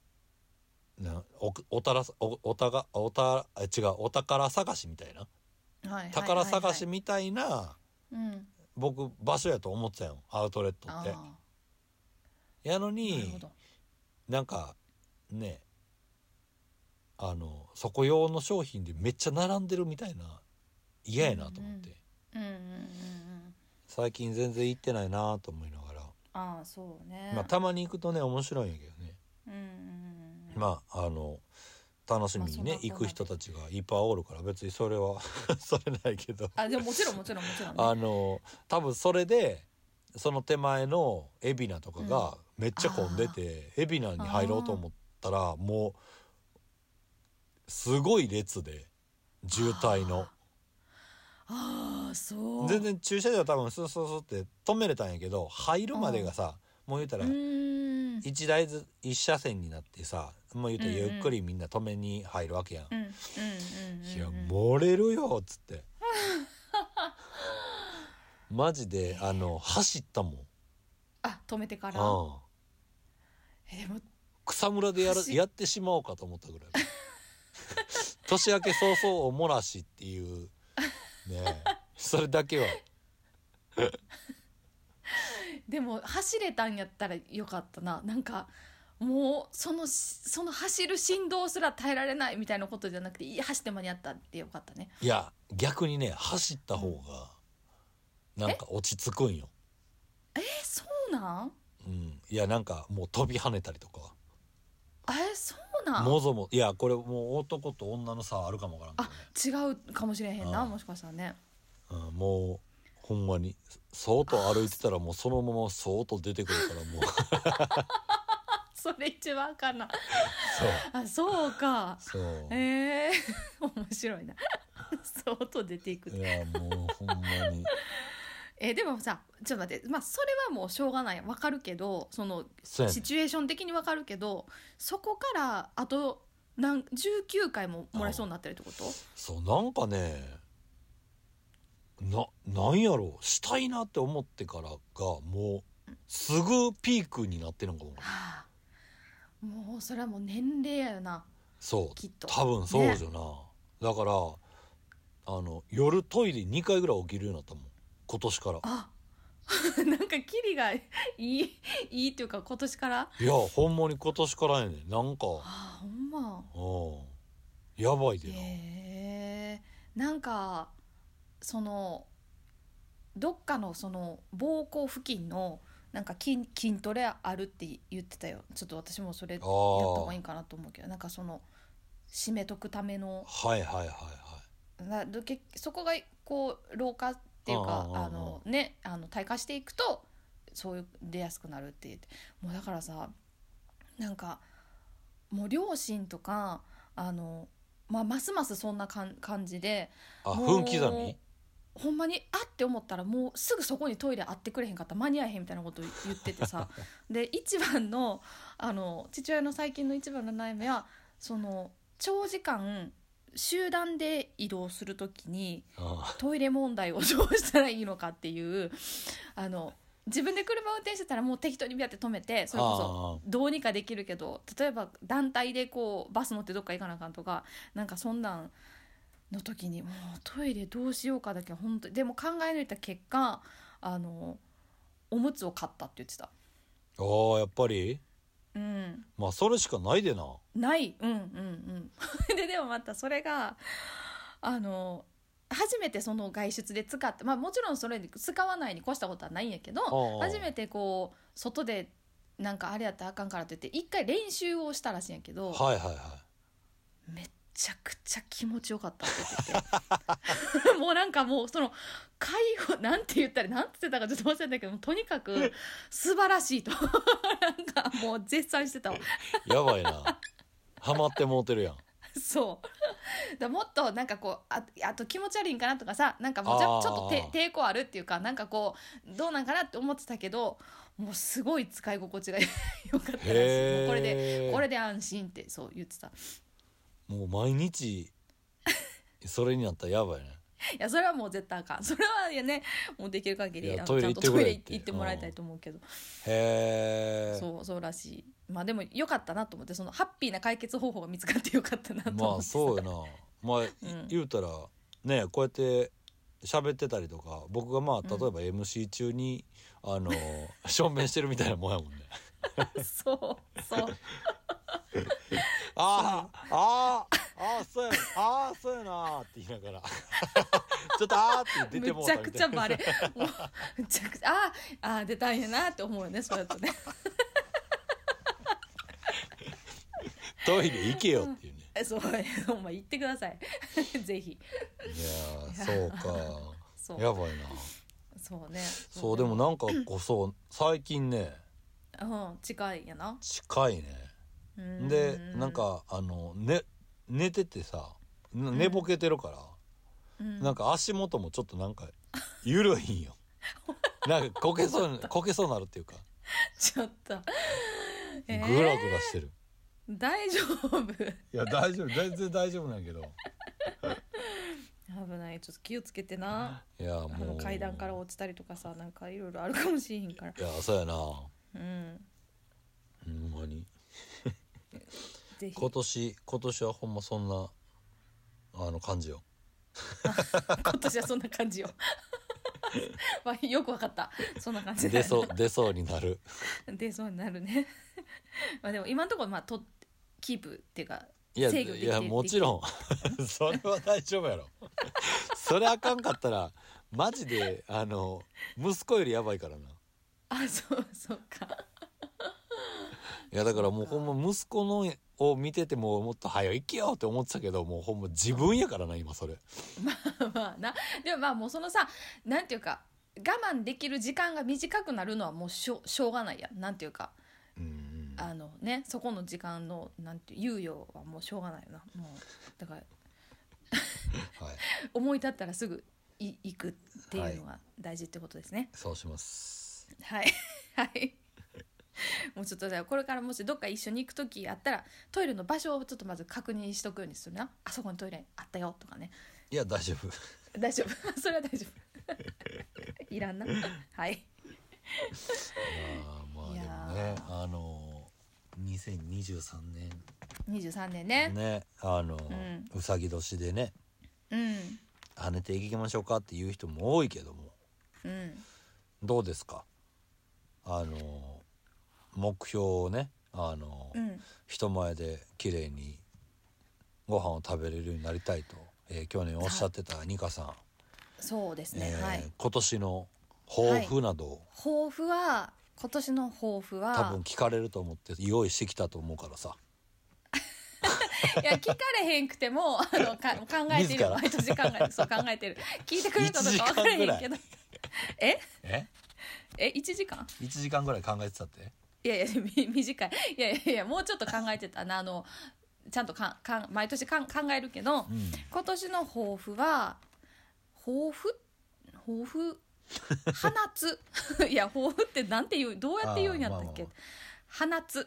お宝探しみたいな、宝探しみたいな、僕場所やと思ってたよアウトレットって。やのになんかねそこ用の商品でめっちゃ並んでるみたいな、嫌やなと思って、最近全然行ってないなと思いながら。 そうね。 たまに行くとね面白いんやけどね。楽しみにね行く人たちがいっぱいおるから別にそれはそれないけど、 でももちろんね、 多分それでその手前の海老名とかがめっちゃ混んでて、海老名に入ろうと思ったらもうすごい列で渋滞の。 そう全然駐車場多分スースースーって止めれたんやけど、入るまでがさ、もう言うたら一車線になってさ、もう言うたらゆっくりみんな止めに入るわけやん。いや漏れるよっつってマジで走ったもん。 止めてから。でも草むらでやってしまおうかと思ったぐらい年明け早々おもらしっていうねそれだけはでも走れたんやったらよかったな。なんかもうその走る振動すら耐えられないみたいなことじゃなくて、いい走って間に合ったってよかったね。 いや逆にね走った方がなんか落ち着くんよ。 そうなん？ うん、いやなんかもう飛び跳ねたりとか。 そうなん？ もぞもいやこれもう男と女の差あるかもわからんけどね。 違うかもしれへんな、もしかしたらね。 もうほんまにそーっと歩いてたらもうそのままそーっと出てくるからもうそれ一番あかんな。 そうそうか。 そう面白いな。そうと出ていく。 いやもうほんまにでもさ、ちょっと待って、それはもうしょうがない、わかるけど、そのそうやねシチュエーション的にわかるけど、そこからあと19回ももらえそうになってるってこと？ そうなんかねなんやろしたいなって思ってからがもうすぐピークになってるのかも。 もうそれはもう年齢やよな。 そうきっと多分そうじゃな、だから夜トイレ2回ぐらい起きるようになったもん今年から。 なんかキリがいいっていうか、今年から。 いやほんまに今年からやねんなんか。 ほんま。 やばいでな。 なんかそのどっかのその膀胱付近のなんか筋トレあるって言ってたよ。ちょっと私もそれやった方がいいかなと思うけど、なんかその締めとくための。 はいはいはいはい。 そこがこう老化っていうか退化していくとそういう出やすくなるって言って、もうだからさ、なんかもう両親とかますますそんな感じで、 分刻みほんまにって思ったらもうすぐそこにトイレあってくれへんかったら間に合えへんみたいなこと言っててさで一番の父親の最近の一番の悩みは、その長時間集団で移動するときにトイレ問題をどうしたらいいのかっていう、自分で車運転してたらもう適当にビャって止めてそれこそどうにかできるけど、例えば団体でこうバス乗ってどっか行かなあかんとか、なんかそんなんの時にもうトイレどうしようかだけ本当に。でも考え抜いた結果おむつを買ったって言ってた。 やっぱりまあそれしかないでな。 ないでもまたそれが初めてその外出で使って、もちろんそれで使わないに越したことはないんやけど、初めてこう外でなんかあれやったらあかんからって言って一回練習をしたらしいんやけど、めっちゃくちゃ気持ちよかったって言っててもうなんかもうその解放なんて言ったかちょっと忘れたけど、とにかく素晴らしいとなんかもう絶賛してたわやばいなハマってもうてるやんそうだ、もっとなんかこうあと気持ち悪いんかなとかさ、なんかもうちょっと抵抗あるっていうか、なんかこうどうなんかなって思ってたけど、もうすごい使い心地が良かったらしい。もうこれで安心ってそう言ってた。 もう毎日それになったらやばいねいやそれはもう絶対あかん。それはねもうできる限りトイレ行ってくれってちゃんとトイレ行ってもらいたいと思うけど、そうらしい。でもよかったなと思って、そのハッピーな解決方法が見つかってよかったなと思ってそうよな言うたらねこうやって喋ってたりとか、僕が例えば MC 中にしょんべんしてるみたいなもんやもんねそうそうやなって言いながらちょっとって出てもうたみたいな。 めちゃくちゃバレもうめちゃくちゃ出たんやなって思うよね、そうやとねトイレ行けよっていうね、 そうお前行ってくださいぜひ。いやそうかやばいな。 そうね。 そうでもなんかそう最近ね近いやな。 近いね。でなんか寝ててさ寝ぼけてるから、なんか足元もちょっとなんか緩いんよなんかこけそうになるっていうかちょっと、 グラグラしてる。 大丈夫？いや大丈夫、全然大丈夫なんやけど危ない、ちょっと気をつけてな。 いやもう階段から落ちたりとかさ、なんかいろいろあるかもしれへんから。 いやそうやなほんまにぜひ今年はほんまそんな感じよ今年はそんな感じよまあよくわかった。そんな感じだ出そうになる。 出そうになるね。まあでも今のところキープっていうかいや制御できてる。 もちろんそれは大丈夫やろ。それあかんかったらマジで息子よりやばいからな。 あ、そうか。 いやだからもうほんま息子のを見ててももっと早行けよって思ってたけど、もうほんま自分やからな今それ。 まあな。でもまあもうそのさ、なんていうか我慢できる時間が短くなるのはもうしょうがないやん。なんていうか、ね、そこの時間のなんていう猶予はもうしょうがないよな。もうだからはい、 思い立ったらすぐ行くっていうのが大事ってことですね。 そうします。 はいはいもうちょっとじゃあこれからもしどっか一緒に行く時あったらトイレの場所をちょっとまず確認しとくようにするな。あそこにトイレあったよとかね。 いや大丈夫大丈夫それは大丈夫いらんな。はいまあでもね2023年 23年ね。 ねうさぎ年でね、跳ねていきましょうかっていう人も多いけども、どうですか目標をね人前で綺麗にご飯を食べれるようになりたいと、去年おっしゃってたニカさん。 そうですね、はい。 今年の抱負など、 抱負は今年の抱負は多分聞かれると思って用意してきたと思うからさいや聞かれへんくても考えてる。毎年考えてる。聞いてくれるかどうか分からへんけど1時間 1時間ぐらい考えてたって。 いや短い。いやもうちょっと考えてたな。ちゃんと毎年考えるけど、今年の抱負は放ついや抱負ってなんて言う、どうやって言うんやったっけ。放つ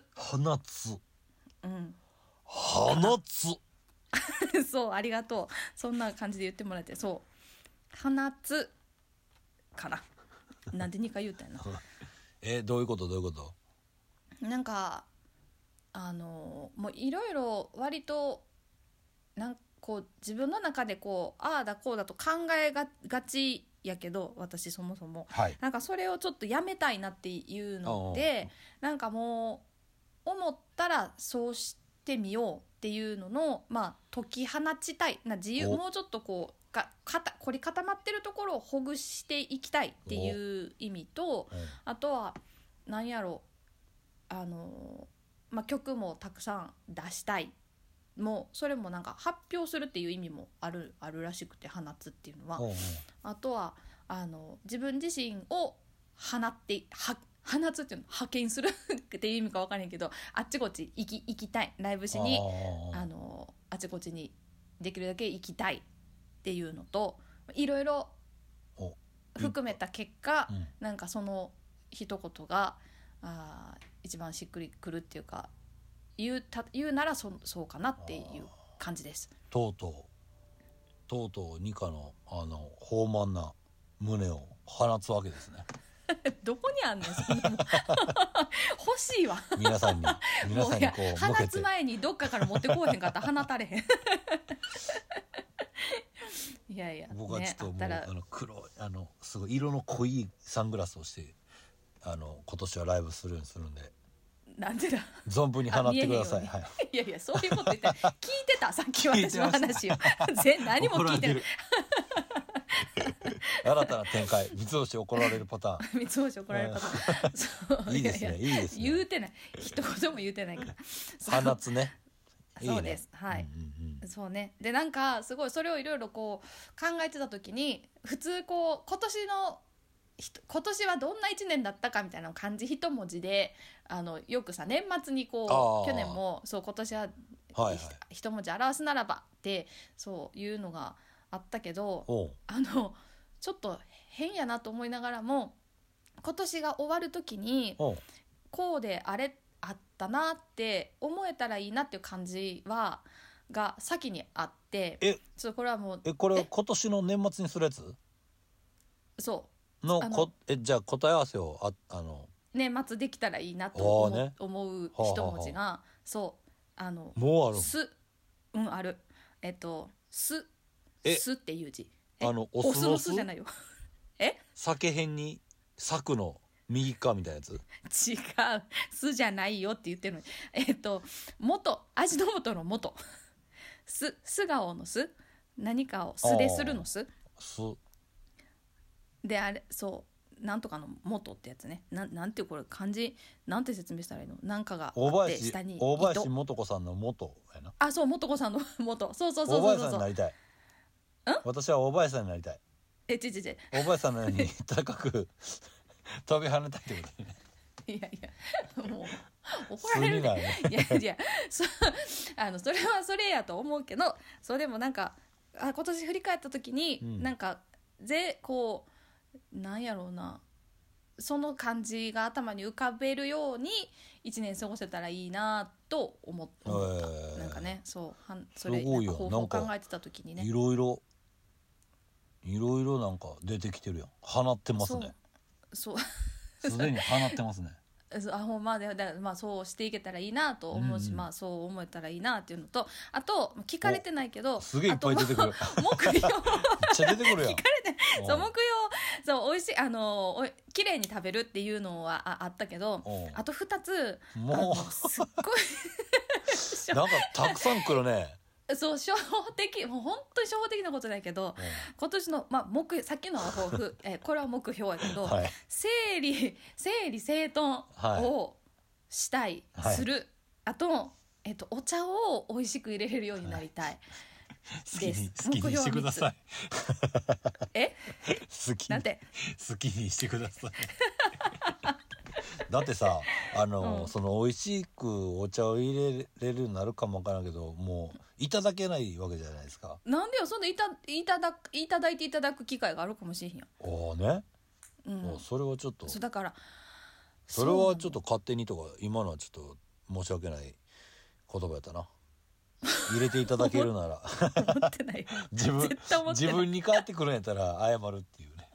そうありがとう。そんな感じで言ってもらって、そう放つかな。なんで2回言ったんやなどういうことなんかもういろいろ割とこう自分の中でこうああだこうだと考えがちやけど、私そもそも、なんかそれをちょっとやめたいなっていうので、なんかもう思ったらそうしてみようっていうのの解き放ちたいな。自由、もうちょっとこう凝り固まってるところをほぐしていきたいっていう意味と、あとは何やろ曲もたくさん出したい。もうそれもなんか発表するっていう意味もあるらしくて、放つっていうのは、あとは自分自身を放つっていうの派遣するっていう意味か分からへんけど、あっちこっち行きたい。ライブしにあっちこっちにできるだけ行きたいっていうのと、いろいろ含めた結果、なんかその一言が一番しっくりくるっていうか、言うならそうかなっていう感じです。 とうとうニカの豊満な胸を放つわけですねどこにあんねんそんなもん欲しいわ皆さんにこう向けて放つ前にどっかから持ってこうへんかったら放たれへんいや僕はちょっともう黒いすごい色の濃いサングラスをして今年はライブするようにするんで、 なんでだ存分に放ってください。 いやそういうこと言って聞いてた。さっき私の話を何も聞いてない新たな展開。三つ星怒られるパターン。 三つ星怒られるパターン。 いいですね。 言うてない。一言も言うてないから。 放つね。 そうです。はい。そうね。でなんかすごいそれをいろいろこう考えてた時に、普通こう今年はどんな1年だったかみたいなの漢字一文字でよくさ、年末にこう去年もそう今年は一文字表すならばってそういうのがあったけど、ちょっと変やなと思いながらも、今年が終わる時にこうであったなって思えたらいいなっていう感じが先にあって、これはもうこれ今年の年末にするやつそうのじゃあ答え合わせを年末できたらいいなと思う一文字がもうあるすあるすっていう字。 お酢の酢じゃないよ酒編に作の右側みたいなやつ。 違う、酢じゃないよって言ってるのに。味の素の素。素顔の酢、何かを素でするの酢で、あれ、そうなんとかの元ってやつね。なんていう、これ漢字なんて説明したらいいの。なんかがあって下に大林素子さんの元やな。 あ、そう、素子さんの元。そうそうそう大そうそう。 林さんになりたい。私は大林さんになりたい。大林さんのように高く飛び跳ねたいってことね。 いやいや、もう怒られるね。いやいや、それはそれやと思うけど、それもなんか今年振り返った時に、なんかこうなんやろうな、その感じが頭に浮かべるように1年過ごせたらいいなと思った、なんかね、それなんか方法を考えてた時にね、 いろいろなんか出てきてるやん。放ってますね。 そうすでに放ってますね。 ほんまで、まあ、そうしていけたらいいなと思うし、まあそう思えたらいいなっていうのと、あと聞かれてないけど、 すげえいっぱい出てくる。 木曜めっちゃ出てくるやん。聞かれて、そう木曜、美味しい綺麗に食べるっていうのはあったけど、あと2つもうすっごいなんかたくさん来るね。 そう、初歩的、もう本当に初歩的なことだけど、今年の、さっきのは抱負これは目標やけど、整理整頓をしたい、する。あと、お茶を美味しく入れれるようになりたいです。 好きにしてください。 なんて好きにしてください。だってさ、その美味しくお茶を入れれるようになるかもわからんけど、もういただけないわけじゃないですか。 なんでよ、そんないただいていただく機会があるかもしれへんやん。それはちょっと、 だからそれはちょっと勝手にとか、今のはちょっと申し訳ない言葉やったな。入れていただけるなら思ってない自分に返ってくるんやったら謝るっていうね。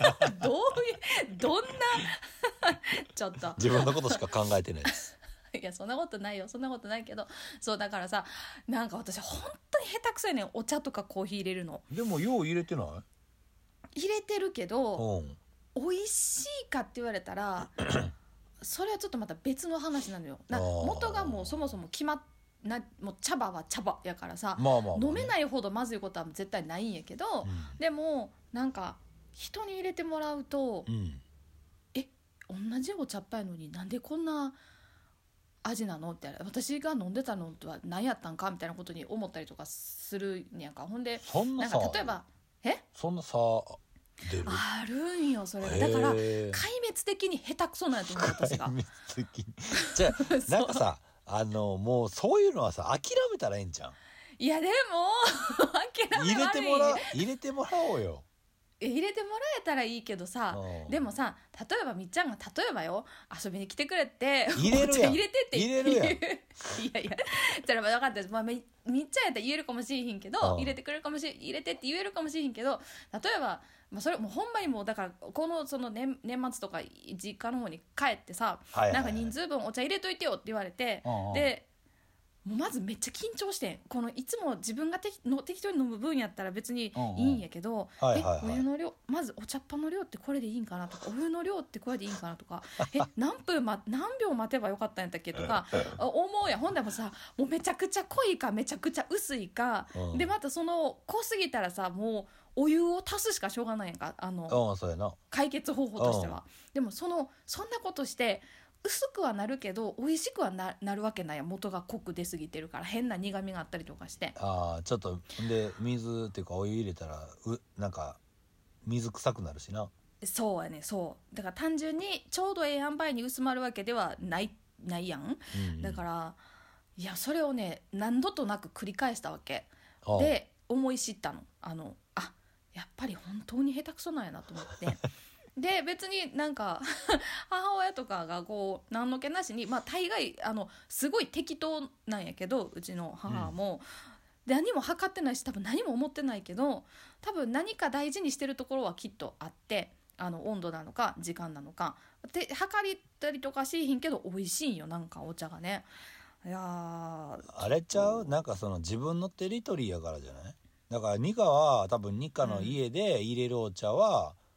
どんなちょっと自分のことしか考えてないです。 いや、そんなことないよ、そんなことないけど、そうだからさ、なんか私本当に下手くそやねん、お茶とかコーヒー入れるの。 でもよう入れてない？ 入れてるけど、美味しいかって言われたらそれはちょっとまた別の話なのよ。元がもうそもそももう茶葉は茶葉やからさ、飲めないほどまずいことは絶対ないんやけど、でもなんか人に入れてもらうと、同じお茶っ葉やのになんでこんな味なのって、私が飲んでたのとは何やったんかみたいなことに思ったりとかするんやんか。ほんでなんか例えばそんな差出る？ あるんよ、それが。だから壊滅的に下手くそなんやと思う、私が。 壊滅的に。じゃあなんかさもうそういうのはさ諦めたらええんじゃん。 いやでも諦め悪い。 入れてもらおうよ。 入れてもらえたらいいけどさ、でもさ、例えばみっちゃんが例えばよ、遊びに来てくれって入れるやん、 入れてって入れるやん。いやいや、じゃあ分かったです、みっちゃんやったら言えるかもしれへんけど、入れてって言えるかもしれへんけど、例えば、それもうほんまにもうだからその年末とか実家の方に帰ってさ、なんか人数分お茶入れといてよって言われて、でもうまずめっちゃ緊張してん。いつも自分が適当に飲む分やったら別にいいんやけど、お湯の量、まずお茶っ葉の量ってこれでいいんかなとか、お湯の量ってこれでいいんかなとか、何秒待てばよかったんやったっけとか思うやん。ほんでもさ、もうめちゃくちゃ濃いかめちゃくちゃ薄いか、でまた濃すぎたらさ、もうお湯を足すしかしょうがないやんか、 そうやな、 解決方法としては。でもそんなことして薄くはなるけど美味しくは なるわけないや、元が濃く出過ぎてるから、変な苦みがあったりとかして。 ちょっとで水っていうかお湯入れたらなんか水臭くなるしな。 そうやね、そうだから単純にちょうどええ塩梅に薄まるわけではないやん、だからいや、それをね何度となく繰り返したわけで、思い知ったの。やっぱり本当に下手くそなんやなと思ってで別になんか母親とかが何の気なしに、大概すごい適当なんやけど、うちの母も、何も測ってないし多分何も思ってないけど、多分何か大事にしてるところはきっとあって、温度なのか時間なのかで測りたりとかしひんけど美味しいんよ、なんかお茶がね。いやあれちゃう、なんか自分のテリトリーやからじゃない？だからニカは多分ニカの家で入れるお茶は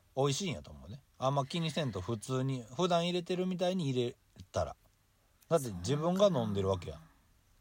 美味しいんやと思うね。あんま気にせんと普通に普段入れてるみたいに入れたら、だって自分が飲んでるわけやん。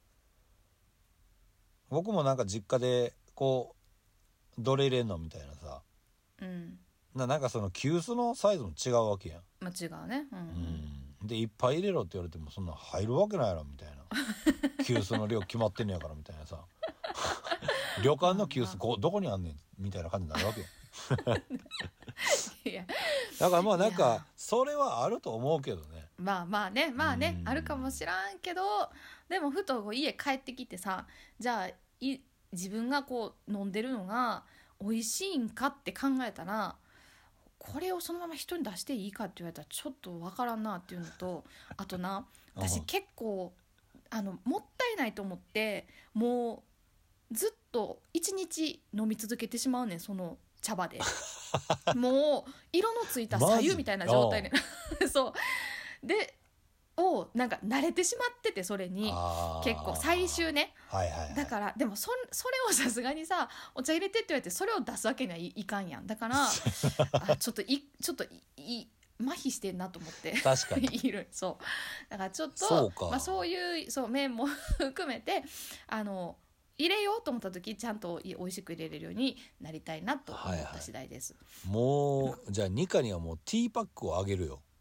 僕もなんか実家でこうどれ入れんのみたいなさ、 うん、 なんかその急須のサイズも違うわけやん。 まあ違うね、 でいっぱい入れろって言われてもそんな入るわけないやろみたいな急須の量決まってんねやからみたいなさ旅館の急須どこにあんねんみたいな感じになるわけよいやだからまあなんかそれはあると思うけどね。 まあねあるかもしらんけど、でもふとこう家帰ってきてさ、じゃあ自分がこう飲んでるのが美味しいんかって考えたら、これをそのまま人に出していいかって言われたらちょっとわからんなっていうのと、あとな、私結構もったいないと思ってもうずっと一日飲み続けてしまうねん、その茶葉でもう色のついた白湯みたいな状態でそうでなんか慣れてしまってて、それに結構最終ね、だからでもそれをさすがにさ、お茶入れてって言われてそれを出すわけにはいかんやん。だからちょっと麻痺してんなと思って確かにいる。そうだからちょっとそういう面も含めて入れようと思った時ちゃんと美味しく入れれるようになりたいなと思った次第です、 もうじゃあニカにはもうティーパックをあげるよ。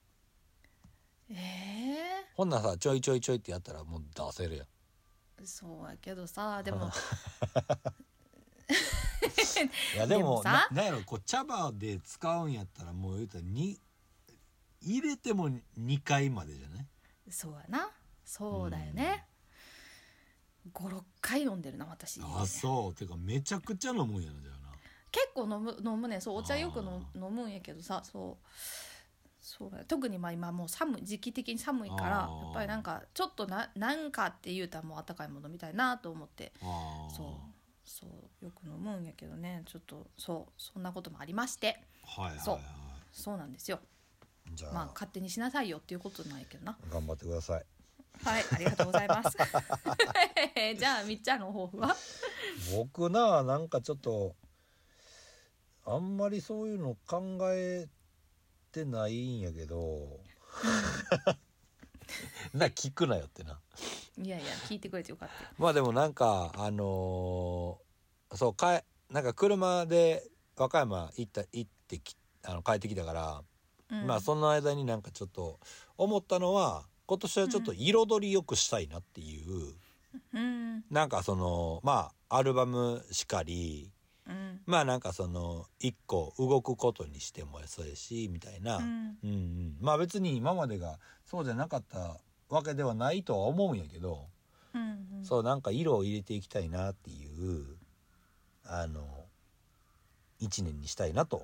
ほんならさちょいちょいちょいってやったらもう出せるやん。 そうやけどさ、でもいやでもさなんやろ、こう茶葉で使うんやったらもう言うたら入れても2回までじゃない？ そうやな、そうだよね、5、6回飲んでるな私。 あ、そうてかめちゃくちゃ飲むんやな。じゃあな結構飲むね。そうお茶よく飲むんやけどさ、そう特に今もう時期的に寒いから、やっぱりなんかちょっとなんかって言うたらもう温かいものみたいなと思って、そうよく飲むんやけどね、ちょっとそんなこともありまして、そうなんですよ。じゃあ勝手にしなさいよっていうことなんやけどな。 頑張ってください。 はい、ありがとうございますじゃあみっちゃんの抱負は？ 僕なんかちょっとあんまりそういうの考えてないんやけど聞くなよってな。 いや聞いてくれてよかった。 まあでもなんかなんか車で和歌山行って帰ってきたから、まあその間になんかちょっと思ったのは、今年はちょっと彩りよくしたいなっていう、なんかまあアルバムしかり、まあなんか一個動くことにしてもそうやしみたいな、まあ別に今までがそうじゃなかったわけではないとは思うんやけど、そうなんか色を入れていきたいなっていう一年にしたいなと、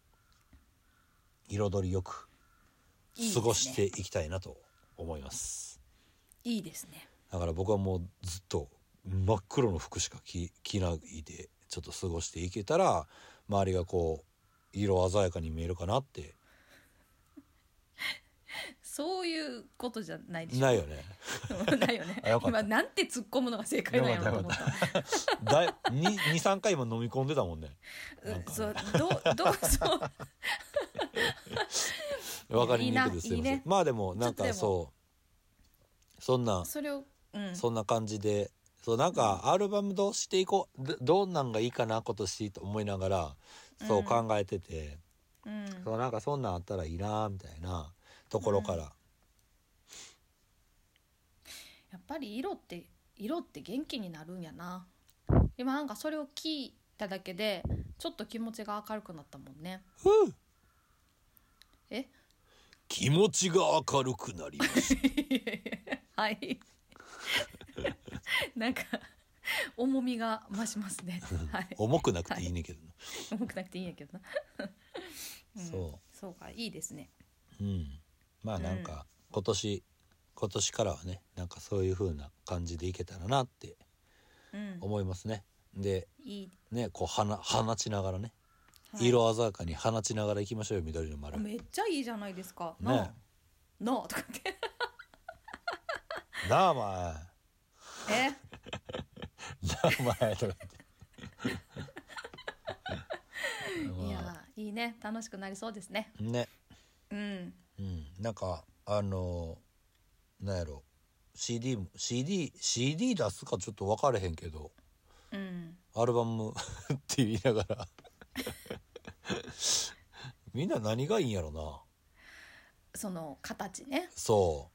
彩りよく過ごしていきたいなと思います。 いいですね。 だから僕はもうずっと真っ黒の服しか着ないでちょっと過ごしていけたら、周りがこう色鮮やかに見えるかなって。 そういうことじゃないでしょ。 ないよねないよね今なんて突っ込むのが正解なんやろと思った 2,3 回も飲み込んでたもんね。 そうどうそう分かりにくくてすいません。まあでもなんかそんな感じで、なんかアルバムどうしていこう、どんなんがいいかな今年と思いながらそう考えてて、なんかそんなんあったらいいなみたいなところから、 やっぱり色って元気になるんやな。今なんかそれを聞いただけでちょっと気持ちが明るくなったもんね。 気持ちが明るくなりますはいなんか重みが増しますね、はい、 重くなくていいねんけどな、 重くなくていいんやけどなそうか、いいですね。 まあなんか今年からはね、なんかそういう風な感じでいけたらなって思いますね。でね、こう放ちながらね、色鮮やかに放ちながらいきましょうよ、緑の丸。 めっちゃいいじゃないですか。 ねなあとかってなあお前なあお前とかっていやいいね、楽しくなりそうですね。 ね、 うん、 なんかなんやろ CD 出すかちょっと分かれへんけど、 うん、 アルバムって言いながらみんな何がいいんやろな。 その形ね。 そう、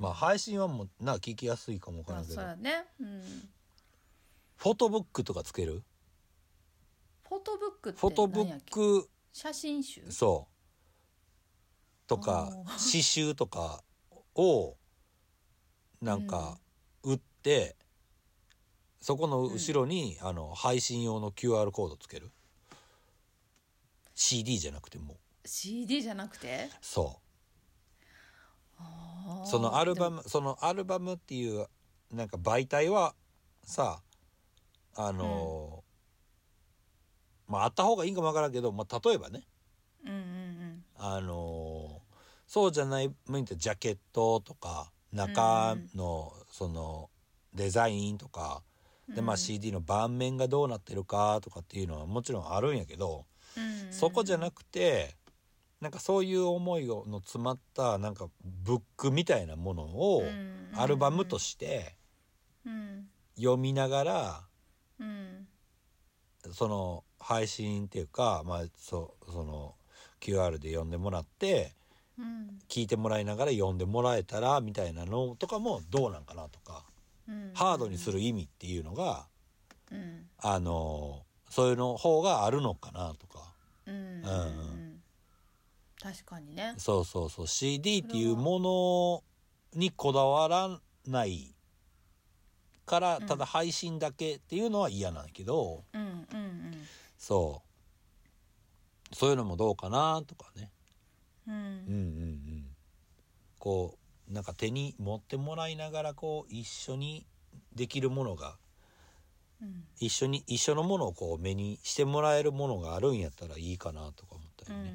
まあ配信はもう聞きやすいかもわからんけど、 そうやね。 フォトブックとかつける？ フォトブックってフォトブッ何やっけ？ ク、 写真集？ そうとか刺繍とかをなんか売って、そこの後ろに、配信用の QR コードつける。 CD じゃなくても。 CD じゃなくて？ そのアルバムっていうなんか媒体はさ、まああった方がいいかもわからんけど、まあ、例えばね、そうじゃないジャケットとか中のそのデザインとかで、まあ CD の盤面がどうなってるかとかっていうのはもちろんあるんやけど、そこじゃなくてなんかそういう思いの詰まったなんかブックみたいなものをアルバムとして読みながら、その配信っていうか、まあその QR で読んでもらって、聞いてもらいながら読んでもらえたらみたいなのとかもどうなんかなとか、ハードにする意味っていうのが、そういうの方があるのかなとか、 確かにね。 そう CD っていうものにこだわらないから、ただ配信だけっていうのは嫌なんやけど、そういうのもどうかなとかね、こうなんか手に持ってもらいながらこう一緒にできるものが、一緒のものをこう目にしてもらえるものがあるんやったらいいかなとか思ったりね。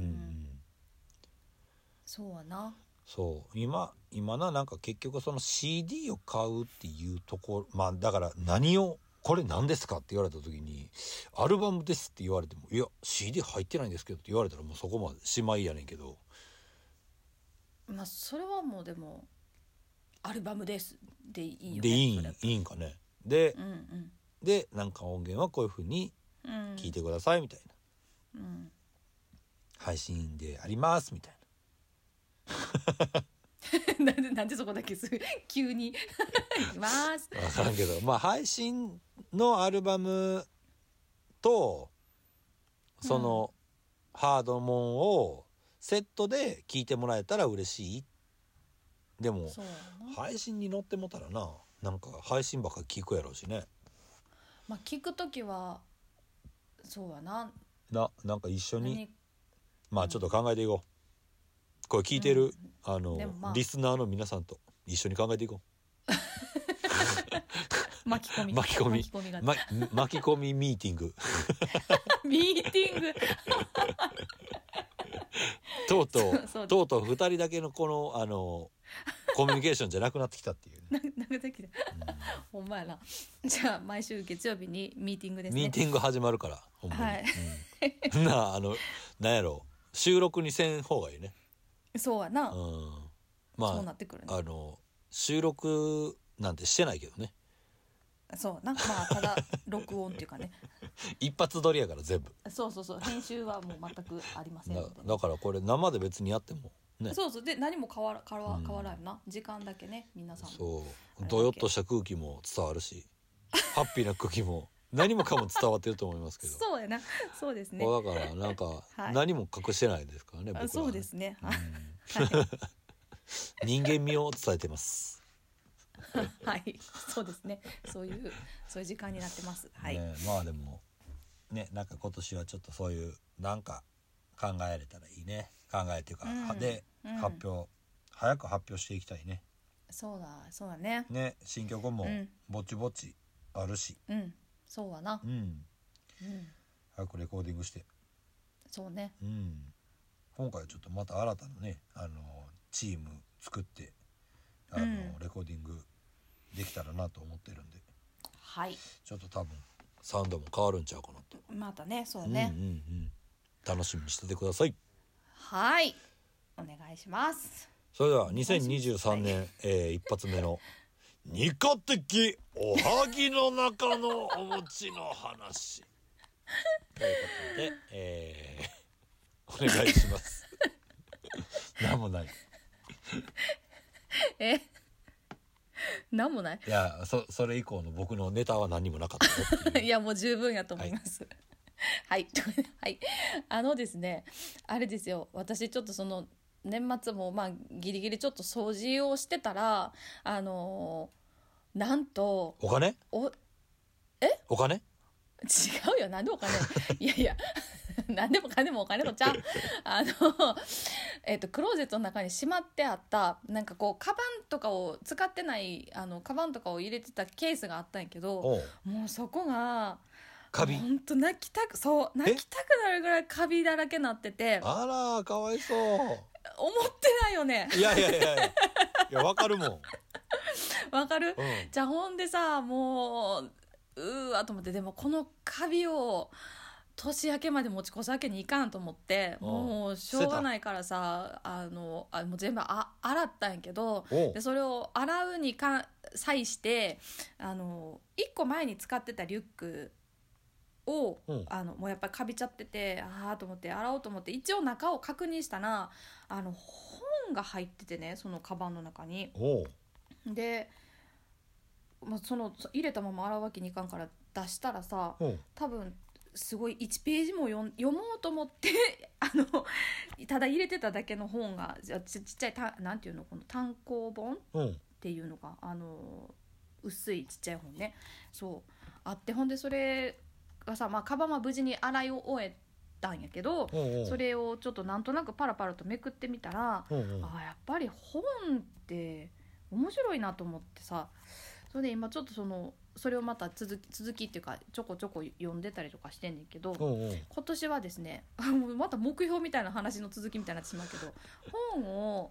そうやな。 そう今なんか結局その CD を買うっていうところ、まあだからこれ何ですかって言われた時にアルバムですって言われても、いや CD 入ってないんですけどって言われたらもうそこまでしまいやねんけど、 まあそれはもうでもアルバムですでいいよね。 でいいんかね。で、でなんか音源はこういう風に聞いてくださいみたいな、配信でありますみたいななんでそこだけすぐ急にいきますな、分からんけど、まあ配信のアルバムとそのハードモンをセットで聞いてもらえたら嬉しい。でも配信に載ってもたらなんか配信ばっかり聞くやろうしね。 まあ聞くときはそうやな。 なんか一緒にまあちょっと考えていこう。これ聞いてる、リスナーの皆さんと一緒に考えていこう。 巻き込みミーティングミーティングとうとう2人だけのこのコミュニケーションじゃなくなってきたっていう、ね、 なくなってきた、ほんまやな。じゃあ毎週月曜日にミーティングですね。 ミーティング始まるからほんまに、 はいなんやろ収録にせん方がいいね。 そうやな、 まあそうなってくるね。 収録なんてしてないけどね。 そうな、まあただ録音っていうかね一発撮りやから全部。 そう編集はもう全くありませんので、ね、 だからこれ生で別にやってもね。 そうで何も変わらんよな、時間だけね皆さんそうどよっとした空気も伝わるしハッピーな空気も何もかも伝わってると思いますけどそうやな、そうですね。 だからなんか何も隠してないですからね、僕らは。 そうですね、 人間味を伝えてますはいそうですね、そういう時間になってます。はい、 まあでもね、なんか今年はちょっとそういうなんか考えれたらいいね。考えっていうか、で発表、早く発表していきたいね。 そうだね。 ね、新曲もぼちぼちあるし、 そうはな、 早くレコーディングして、 そうね、 今回ちょっとまた新たなねチーム作ってレコーディングできたらなと思ってるんで、 はい、 ちょっと多分サウンドも変わるんちゃうかなと。 またね、そうね、 楽しみにしててください。 はい、お願いします。 それでは2023年、一発目の二課的おはぎの中のお餅の話ということで、お願いしますなんもない。 なんもない。 いや、それ以降の僕のネタは何にもなかったよっていういや、もう十分やと思います。はい、はい、ですね、あれですよ、私ちょっとその年末もまあギリギリちょっと掃除をしてたら、なんとお金お金違うよ、なんでお金いやいやなんでもかんでもお金とちゃうクローゼットの中にしまってあったなんかこうカバンとかを使ってないカバンとかを入れてたケースがあったんやけど、もうそこがカビ、ほんと泣きたくなるぐらいカビだらけなってて、 あらかわいそう。思ってないよね。 いやわかるもんわかる、じゃあほんでさ、もうわと思って、でもこのカビを年明けまで持ち越すわけにいかんと思って、もうしょうがないからさ、もう全部洗ったんやけど、でそれを洗うに際して1個前に使ってたリュックを、もうやっぱりカビちゃってて、と思って洗おうと思って一応中を確認したら本が入っててね、そのカバンの中に。で、その入れたまま洗うわけにいかんから出したらさ、多分すごい1ページも読もうと思ってただ入れてただけの本がちっちゃいなんていうの、この単行本っていうのが薄いちっちゃい本ね、そうあって、ほんでそれがさ、カバンは無事に洗い終えたんやけど、それをちょっとなんとなくパラパラとめくってみたら、やっぱり本って面白いなと思ってさ、それで今ちょっとそれをまた続きっていうかちょこちょこ読んでたりとかしてんねんけど、今年はですねまた目標みたいな話の続きみたいになってしまうけど、本を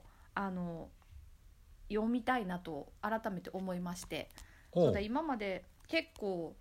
読みたいなと改めて思いまして、そうだ、今まで結構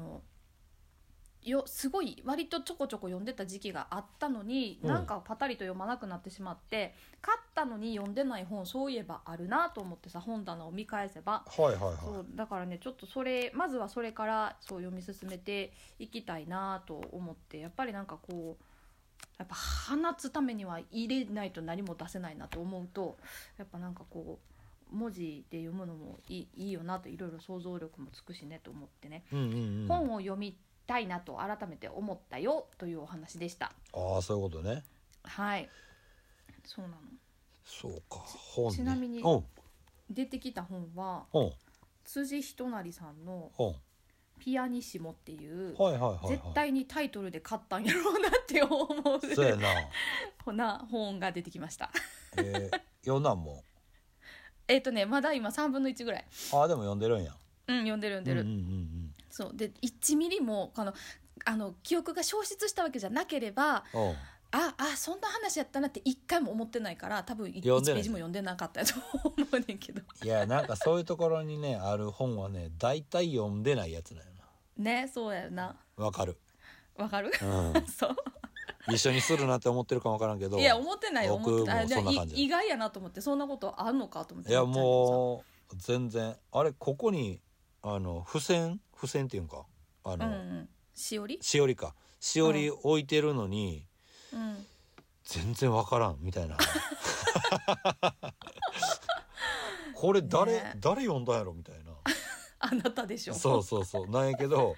すごい割とちょこちょこ読んでた時期があったのに、なんかパタリと読まなくなってしまって、買ったのに読んでない本そういえばあるなと思ってさ、本棚を見返せば、そうだからね、ちょっとまずはそれからそう読み進めていきたいなと思って、やっぱりなんかこうやっぱ放つためには入れないと何も出せないなと思うと、やっぱなんかこう文字で読むのもいいよなと、いろいろ想像力もつくしねと思ってね、本を読みたいなと改めて思ったよというお話でした。 そういうことね。 はい、そうなの。 そうか、本ね。 ちなみに出てきた本は辻仁成さんのピアニッシモっていう、絶対にタイトルで買ったんやろうなって思うそうやな本が出てきました。 読んだんもまだ今3分の1ぐらい。 でも読んでるんや。 読んでる、そうで、1ミリも記憶が消失したわけじゃなければ、そんな話やったなって一回も思ってないから、多分1ページも読んでなかったと思うねんけどいや、なんかそういうところにねある本はね、大体読んでないやつだよな。ね、そうやよな。 わかる、 そう一緒にするなって思ってるかもわからんけど、 いや思ってないよ、 僕もそんな感じ。 意外やなと思って、そんなことあんのかと思って。 いや、もう全然ここに付箋っていうんか、 しおり置いてるのに、全然わからんみたいなこれ誰読んだんやろみたいな。 あなたでしょ。 そうなんやけど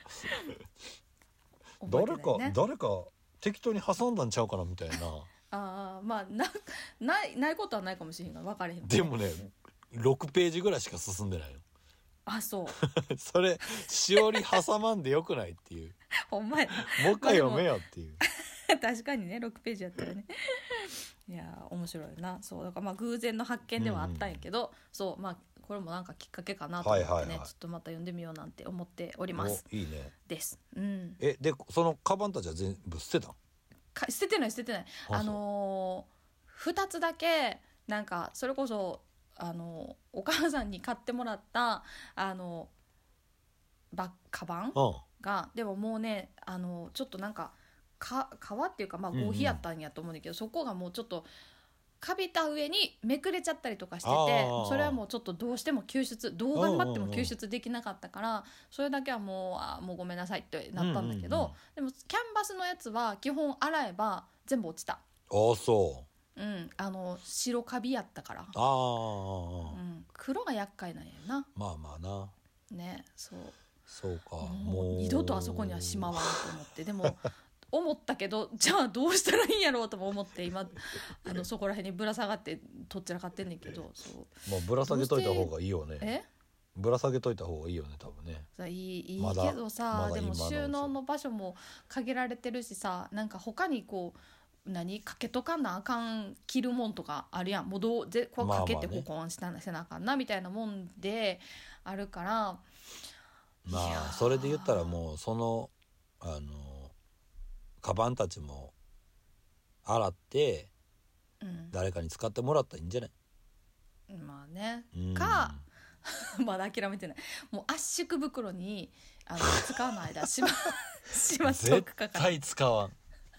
誰か適当に挟んだんちゃうかなみたいな。 ないことはないかもしれんが分かれへん。 でもね6ページぐらいしか進んでないよ。 そうそれしおり挟まんでよくないっていうほんまやもう一回読めよっていう確かにね、6ページやったらねいや面白いな。そうだから偶然の発見ではあったんやけど、そうこれもなんかきっかけかなと思ってね、ちょっとまた読んでみようなんて思っております。 いいねです。 でそのカバンたちは全部捨てたん？ 捨ててない2つだけ、なんかそれこそお母さんに買ってもらったカバンがでももうねちょっとなんか皮っていうかまあ合皮やったんやと思うんだけど、そこがもうちょっとかびた上にめくれちゃったりとかしてて、それはもうちょっとどうしても救出どう頑張っても救出できなかったから、それだけはもうごめんなさいってなったんだけど、でもキャンバスのやつは基本洗えば全部落ちた。 そう、 白カビやったから、黒が厄介なんやな。 まあまあなね。 そうか、 もう二度とあそこにはしまわんと思ってでも思ったけどじゃあどうしたらいいんやろうとも思って今そこら辺にぶら下がってとっちらかってんねんけど、 もうぶら下げといた方がいいよね。ぶら下げといた方がいいよね多分ね。 いいけどさ、でも収納の場所も限られてるしさ、なんか他にこうかけとかなあかん着るもんとかあるやん。もうこうかけて保管しなあかんなみたいなもんであるから、 まあそれで言ったらもうそのカバンたちも洗って、誰かに使ってもらったらいいんじゃない？ まあね、かまだ諦めてない。もう圧縮袋に使わない間しまっておくかから。 絶対使わん。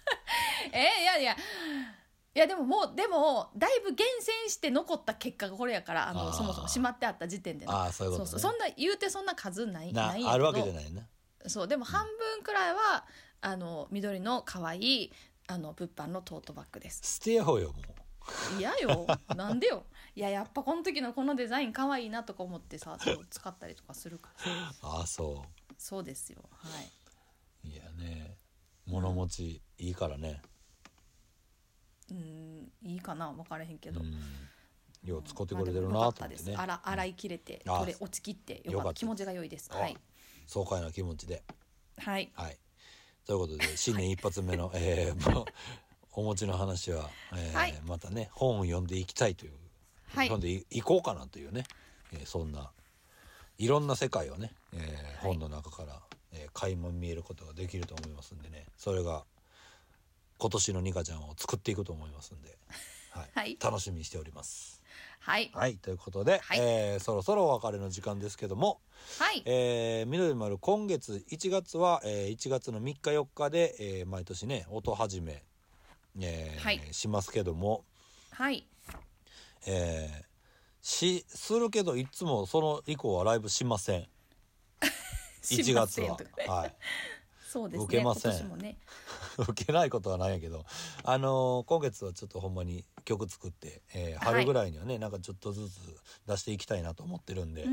いやでもだいぶ厳選して残った結果がこれやから、そもそもしまってあった時点でね。 そういうことね。 そんな言うてそんな数ないんやけど、 あるわけじゃないな。 そうでも半分くらいは緑の可愛い物販のトートバッグです。 捨てようよもう。嫌よなんでよ。やっぱこの時のこのデザイン可愛いなとか思ってさ、使ったりとかするからそうですよ。はい。 いやね、物持ちいいからね。 いいかな分からへんけど、 よう使ってくれてるなと思ってね。 洗い切れてこれ落ちきってよかった。気持ちが良いです。はい。 爽快な気持ちで。 はい。 ということで新年一発目のお餅の話は、またね本を読んでいきたいという、読んでいこうかなというね、そんないろんな世界をね、本の中から、垣間見えることができると思いますんでね、それが今年のニカちゃんを作っていくと思いますんで、楽しみにしております。ということで、そろそろお別れの時間ですけども、緑丸今月1月は、1月の3日4日で、毎年ね音始め、しますけども、するけどいつもその以降はライブしません。1月はそうですね、 受けません。 今年もね受けないことはないんやけど、今月はちょっとほんまに曲作って、春ぐらいにはねなんかちょっとずつ出していきたいなと思ってるんで、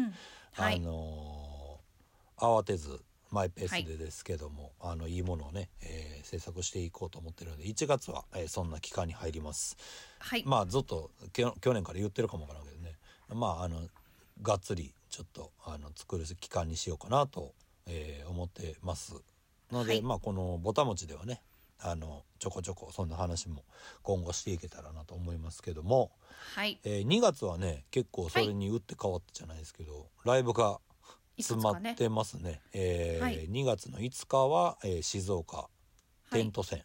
慌てずマイペースでですけども、いいものをね、制作していこうと思ってるので1月は、そんな期間に入ります。まあずっと去年から言ってるかもわからんけどね、がっつりちょっと作る期間にしようかなと、思ってますので、このぼたもちではねちょこちょこそんな話も今後していけたらなと思いますけども、2月はね結構それに打って変わったじゃないですけど、ライブが詰まってますね。2月の5日は、静岡テント戦、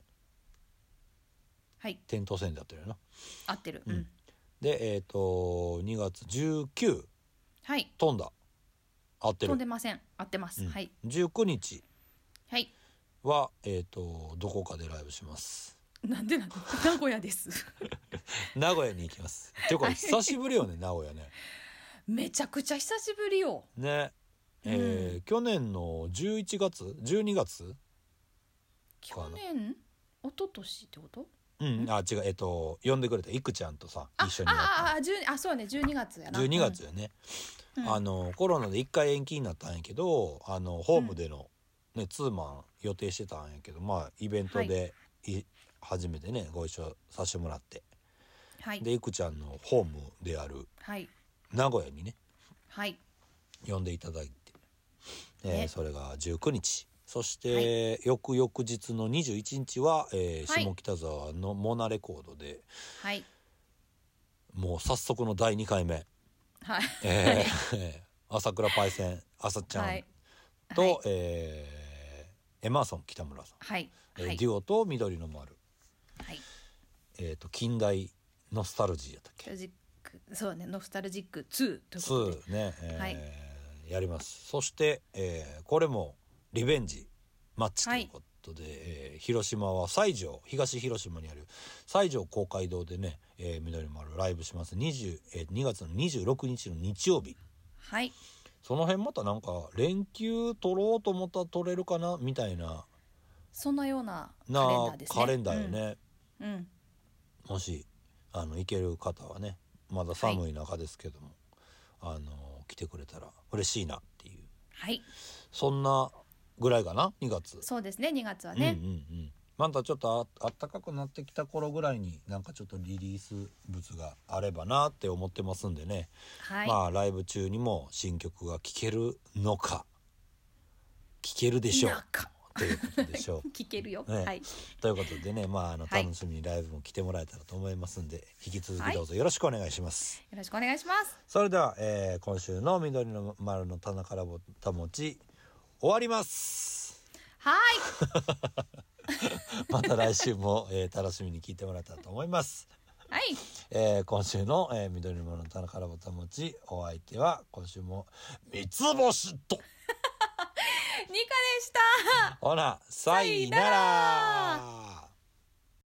テント戦だったよな。 合ってる。 で2月19、飛んだ合ってる。 飛んでません、合ってます。 19日はどこかでライブします。 なんで名古屋です名古屋に行きます。っていうか久しぶりよね名古屋ね。 めちゃくちゃ久しぶりよね。去年の11月12月去年一昨年ってこと？ 違う、呼んでくれたいくちゃんとさ一緒にやったそうね、12月やな。 12月よね。コロナで1回延期になったんやけどホームでの、ツーマン予定してたんやけど、イベントで、初めてねご一緒させてもらって、でいくちゃんのホームである、名古屋にね、呼んでいただいて、それが19日、そして、翌々日の21日は、下北沢のモナレコードで、もう早速の第2回目、朝倉パイセン朝ちゃんと、エマーソン北村さん、デュオと緑の丸、近代ノスタルジーやったっけ。 そうね、ノスタルジック2ということで 2ね、やります。そして、これもリベンジマッチということで、広島は東広島にある西条公会堂でね、緑丸ライブします。2月の26日の日曜日。 はい。 その辺またなんか連休取ろうと思ったら取れるかなみたいな、 そんなようなカレンダーですね。 カレンダーよね。もし行ける方はね、まだ寒い中ですけども、来てくれたら嬉しいなっていう、そんなぐらいかな、2月。 そうですね、2月はね。 またちょっとあったかくなってきた頃ぐらいになんかちょっとリリース物があればなって思ってますんでね、まあライブ中にも新曲が聴けるのか、聴けるでしょうということでしょう。 聴けるよ、 ということでね、楽しみにライブも来てもらえたらと思いますんで、引き続きどうぞよろしくお願いします。 よろしくお願いします。 それでは、今週の緑の丸の棚からぼたもち終わります。また来週も、楽しみに聞いてもらえたらと思います。今週の、緑の丸の棚からぼたもち、お相手は今週も三つ星とニカでした。 ほなさいなら。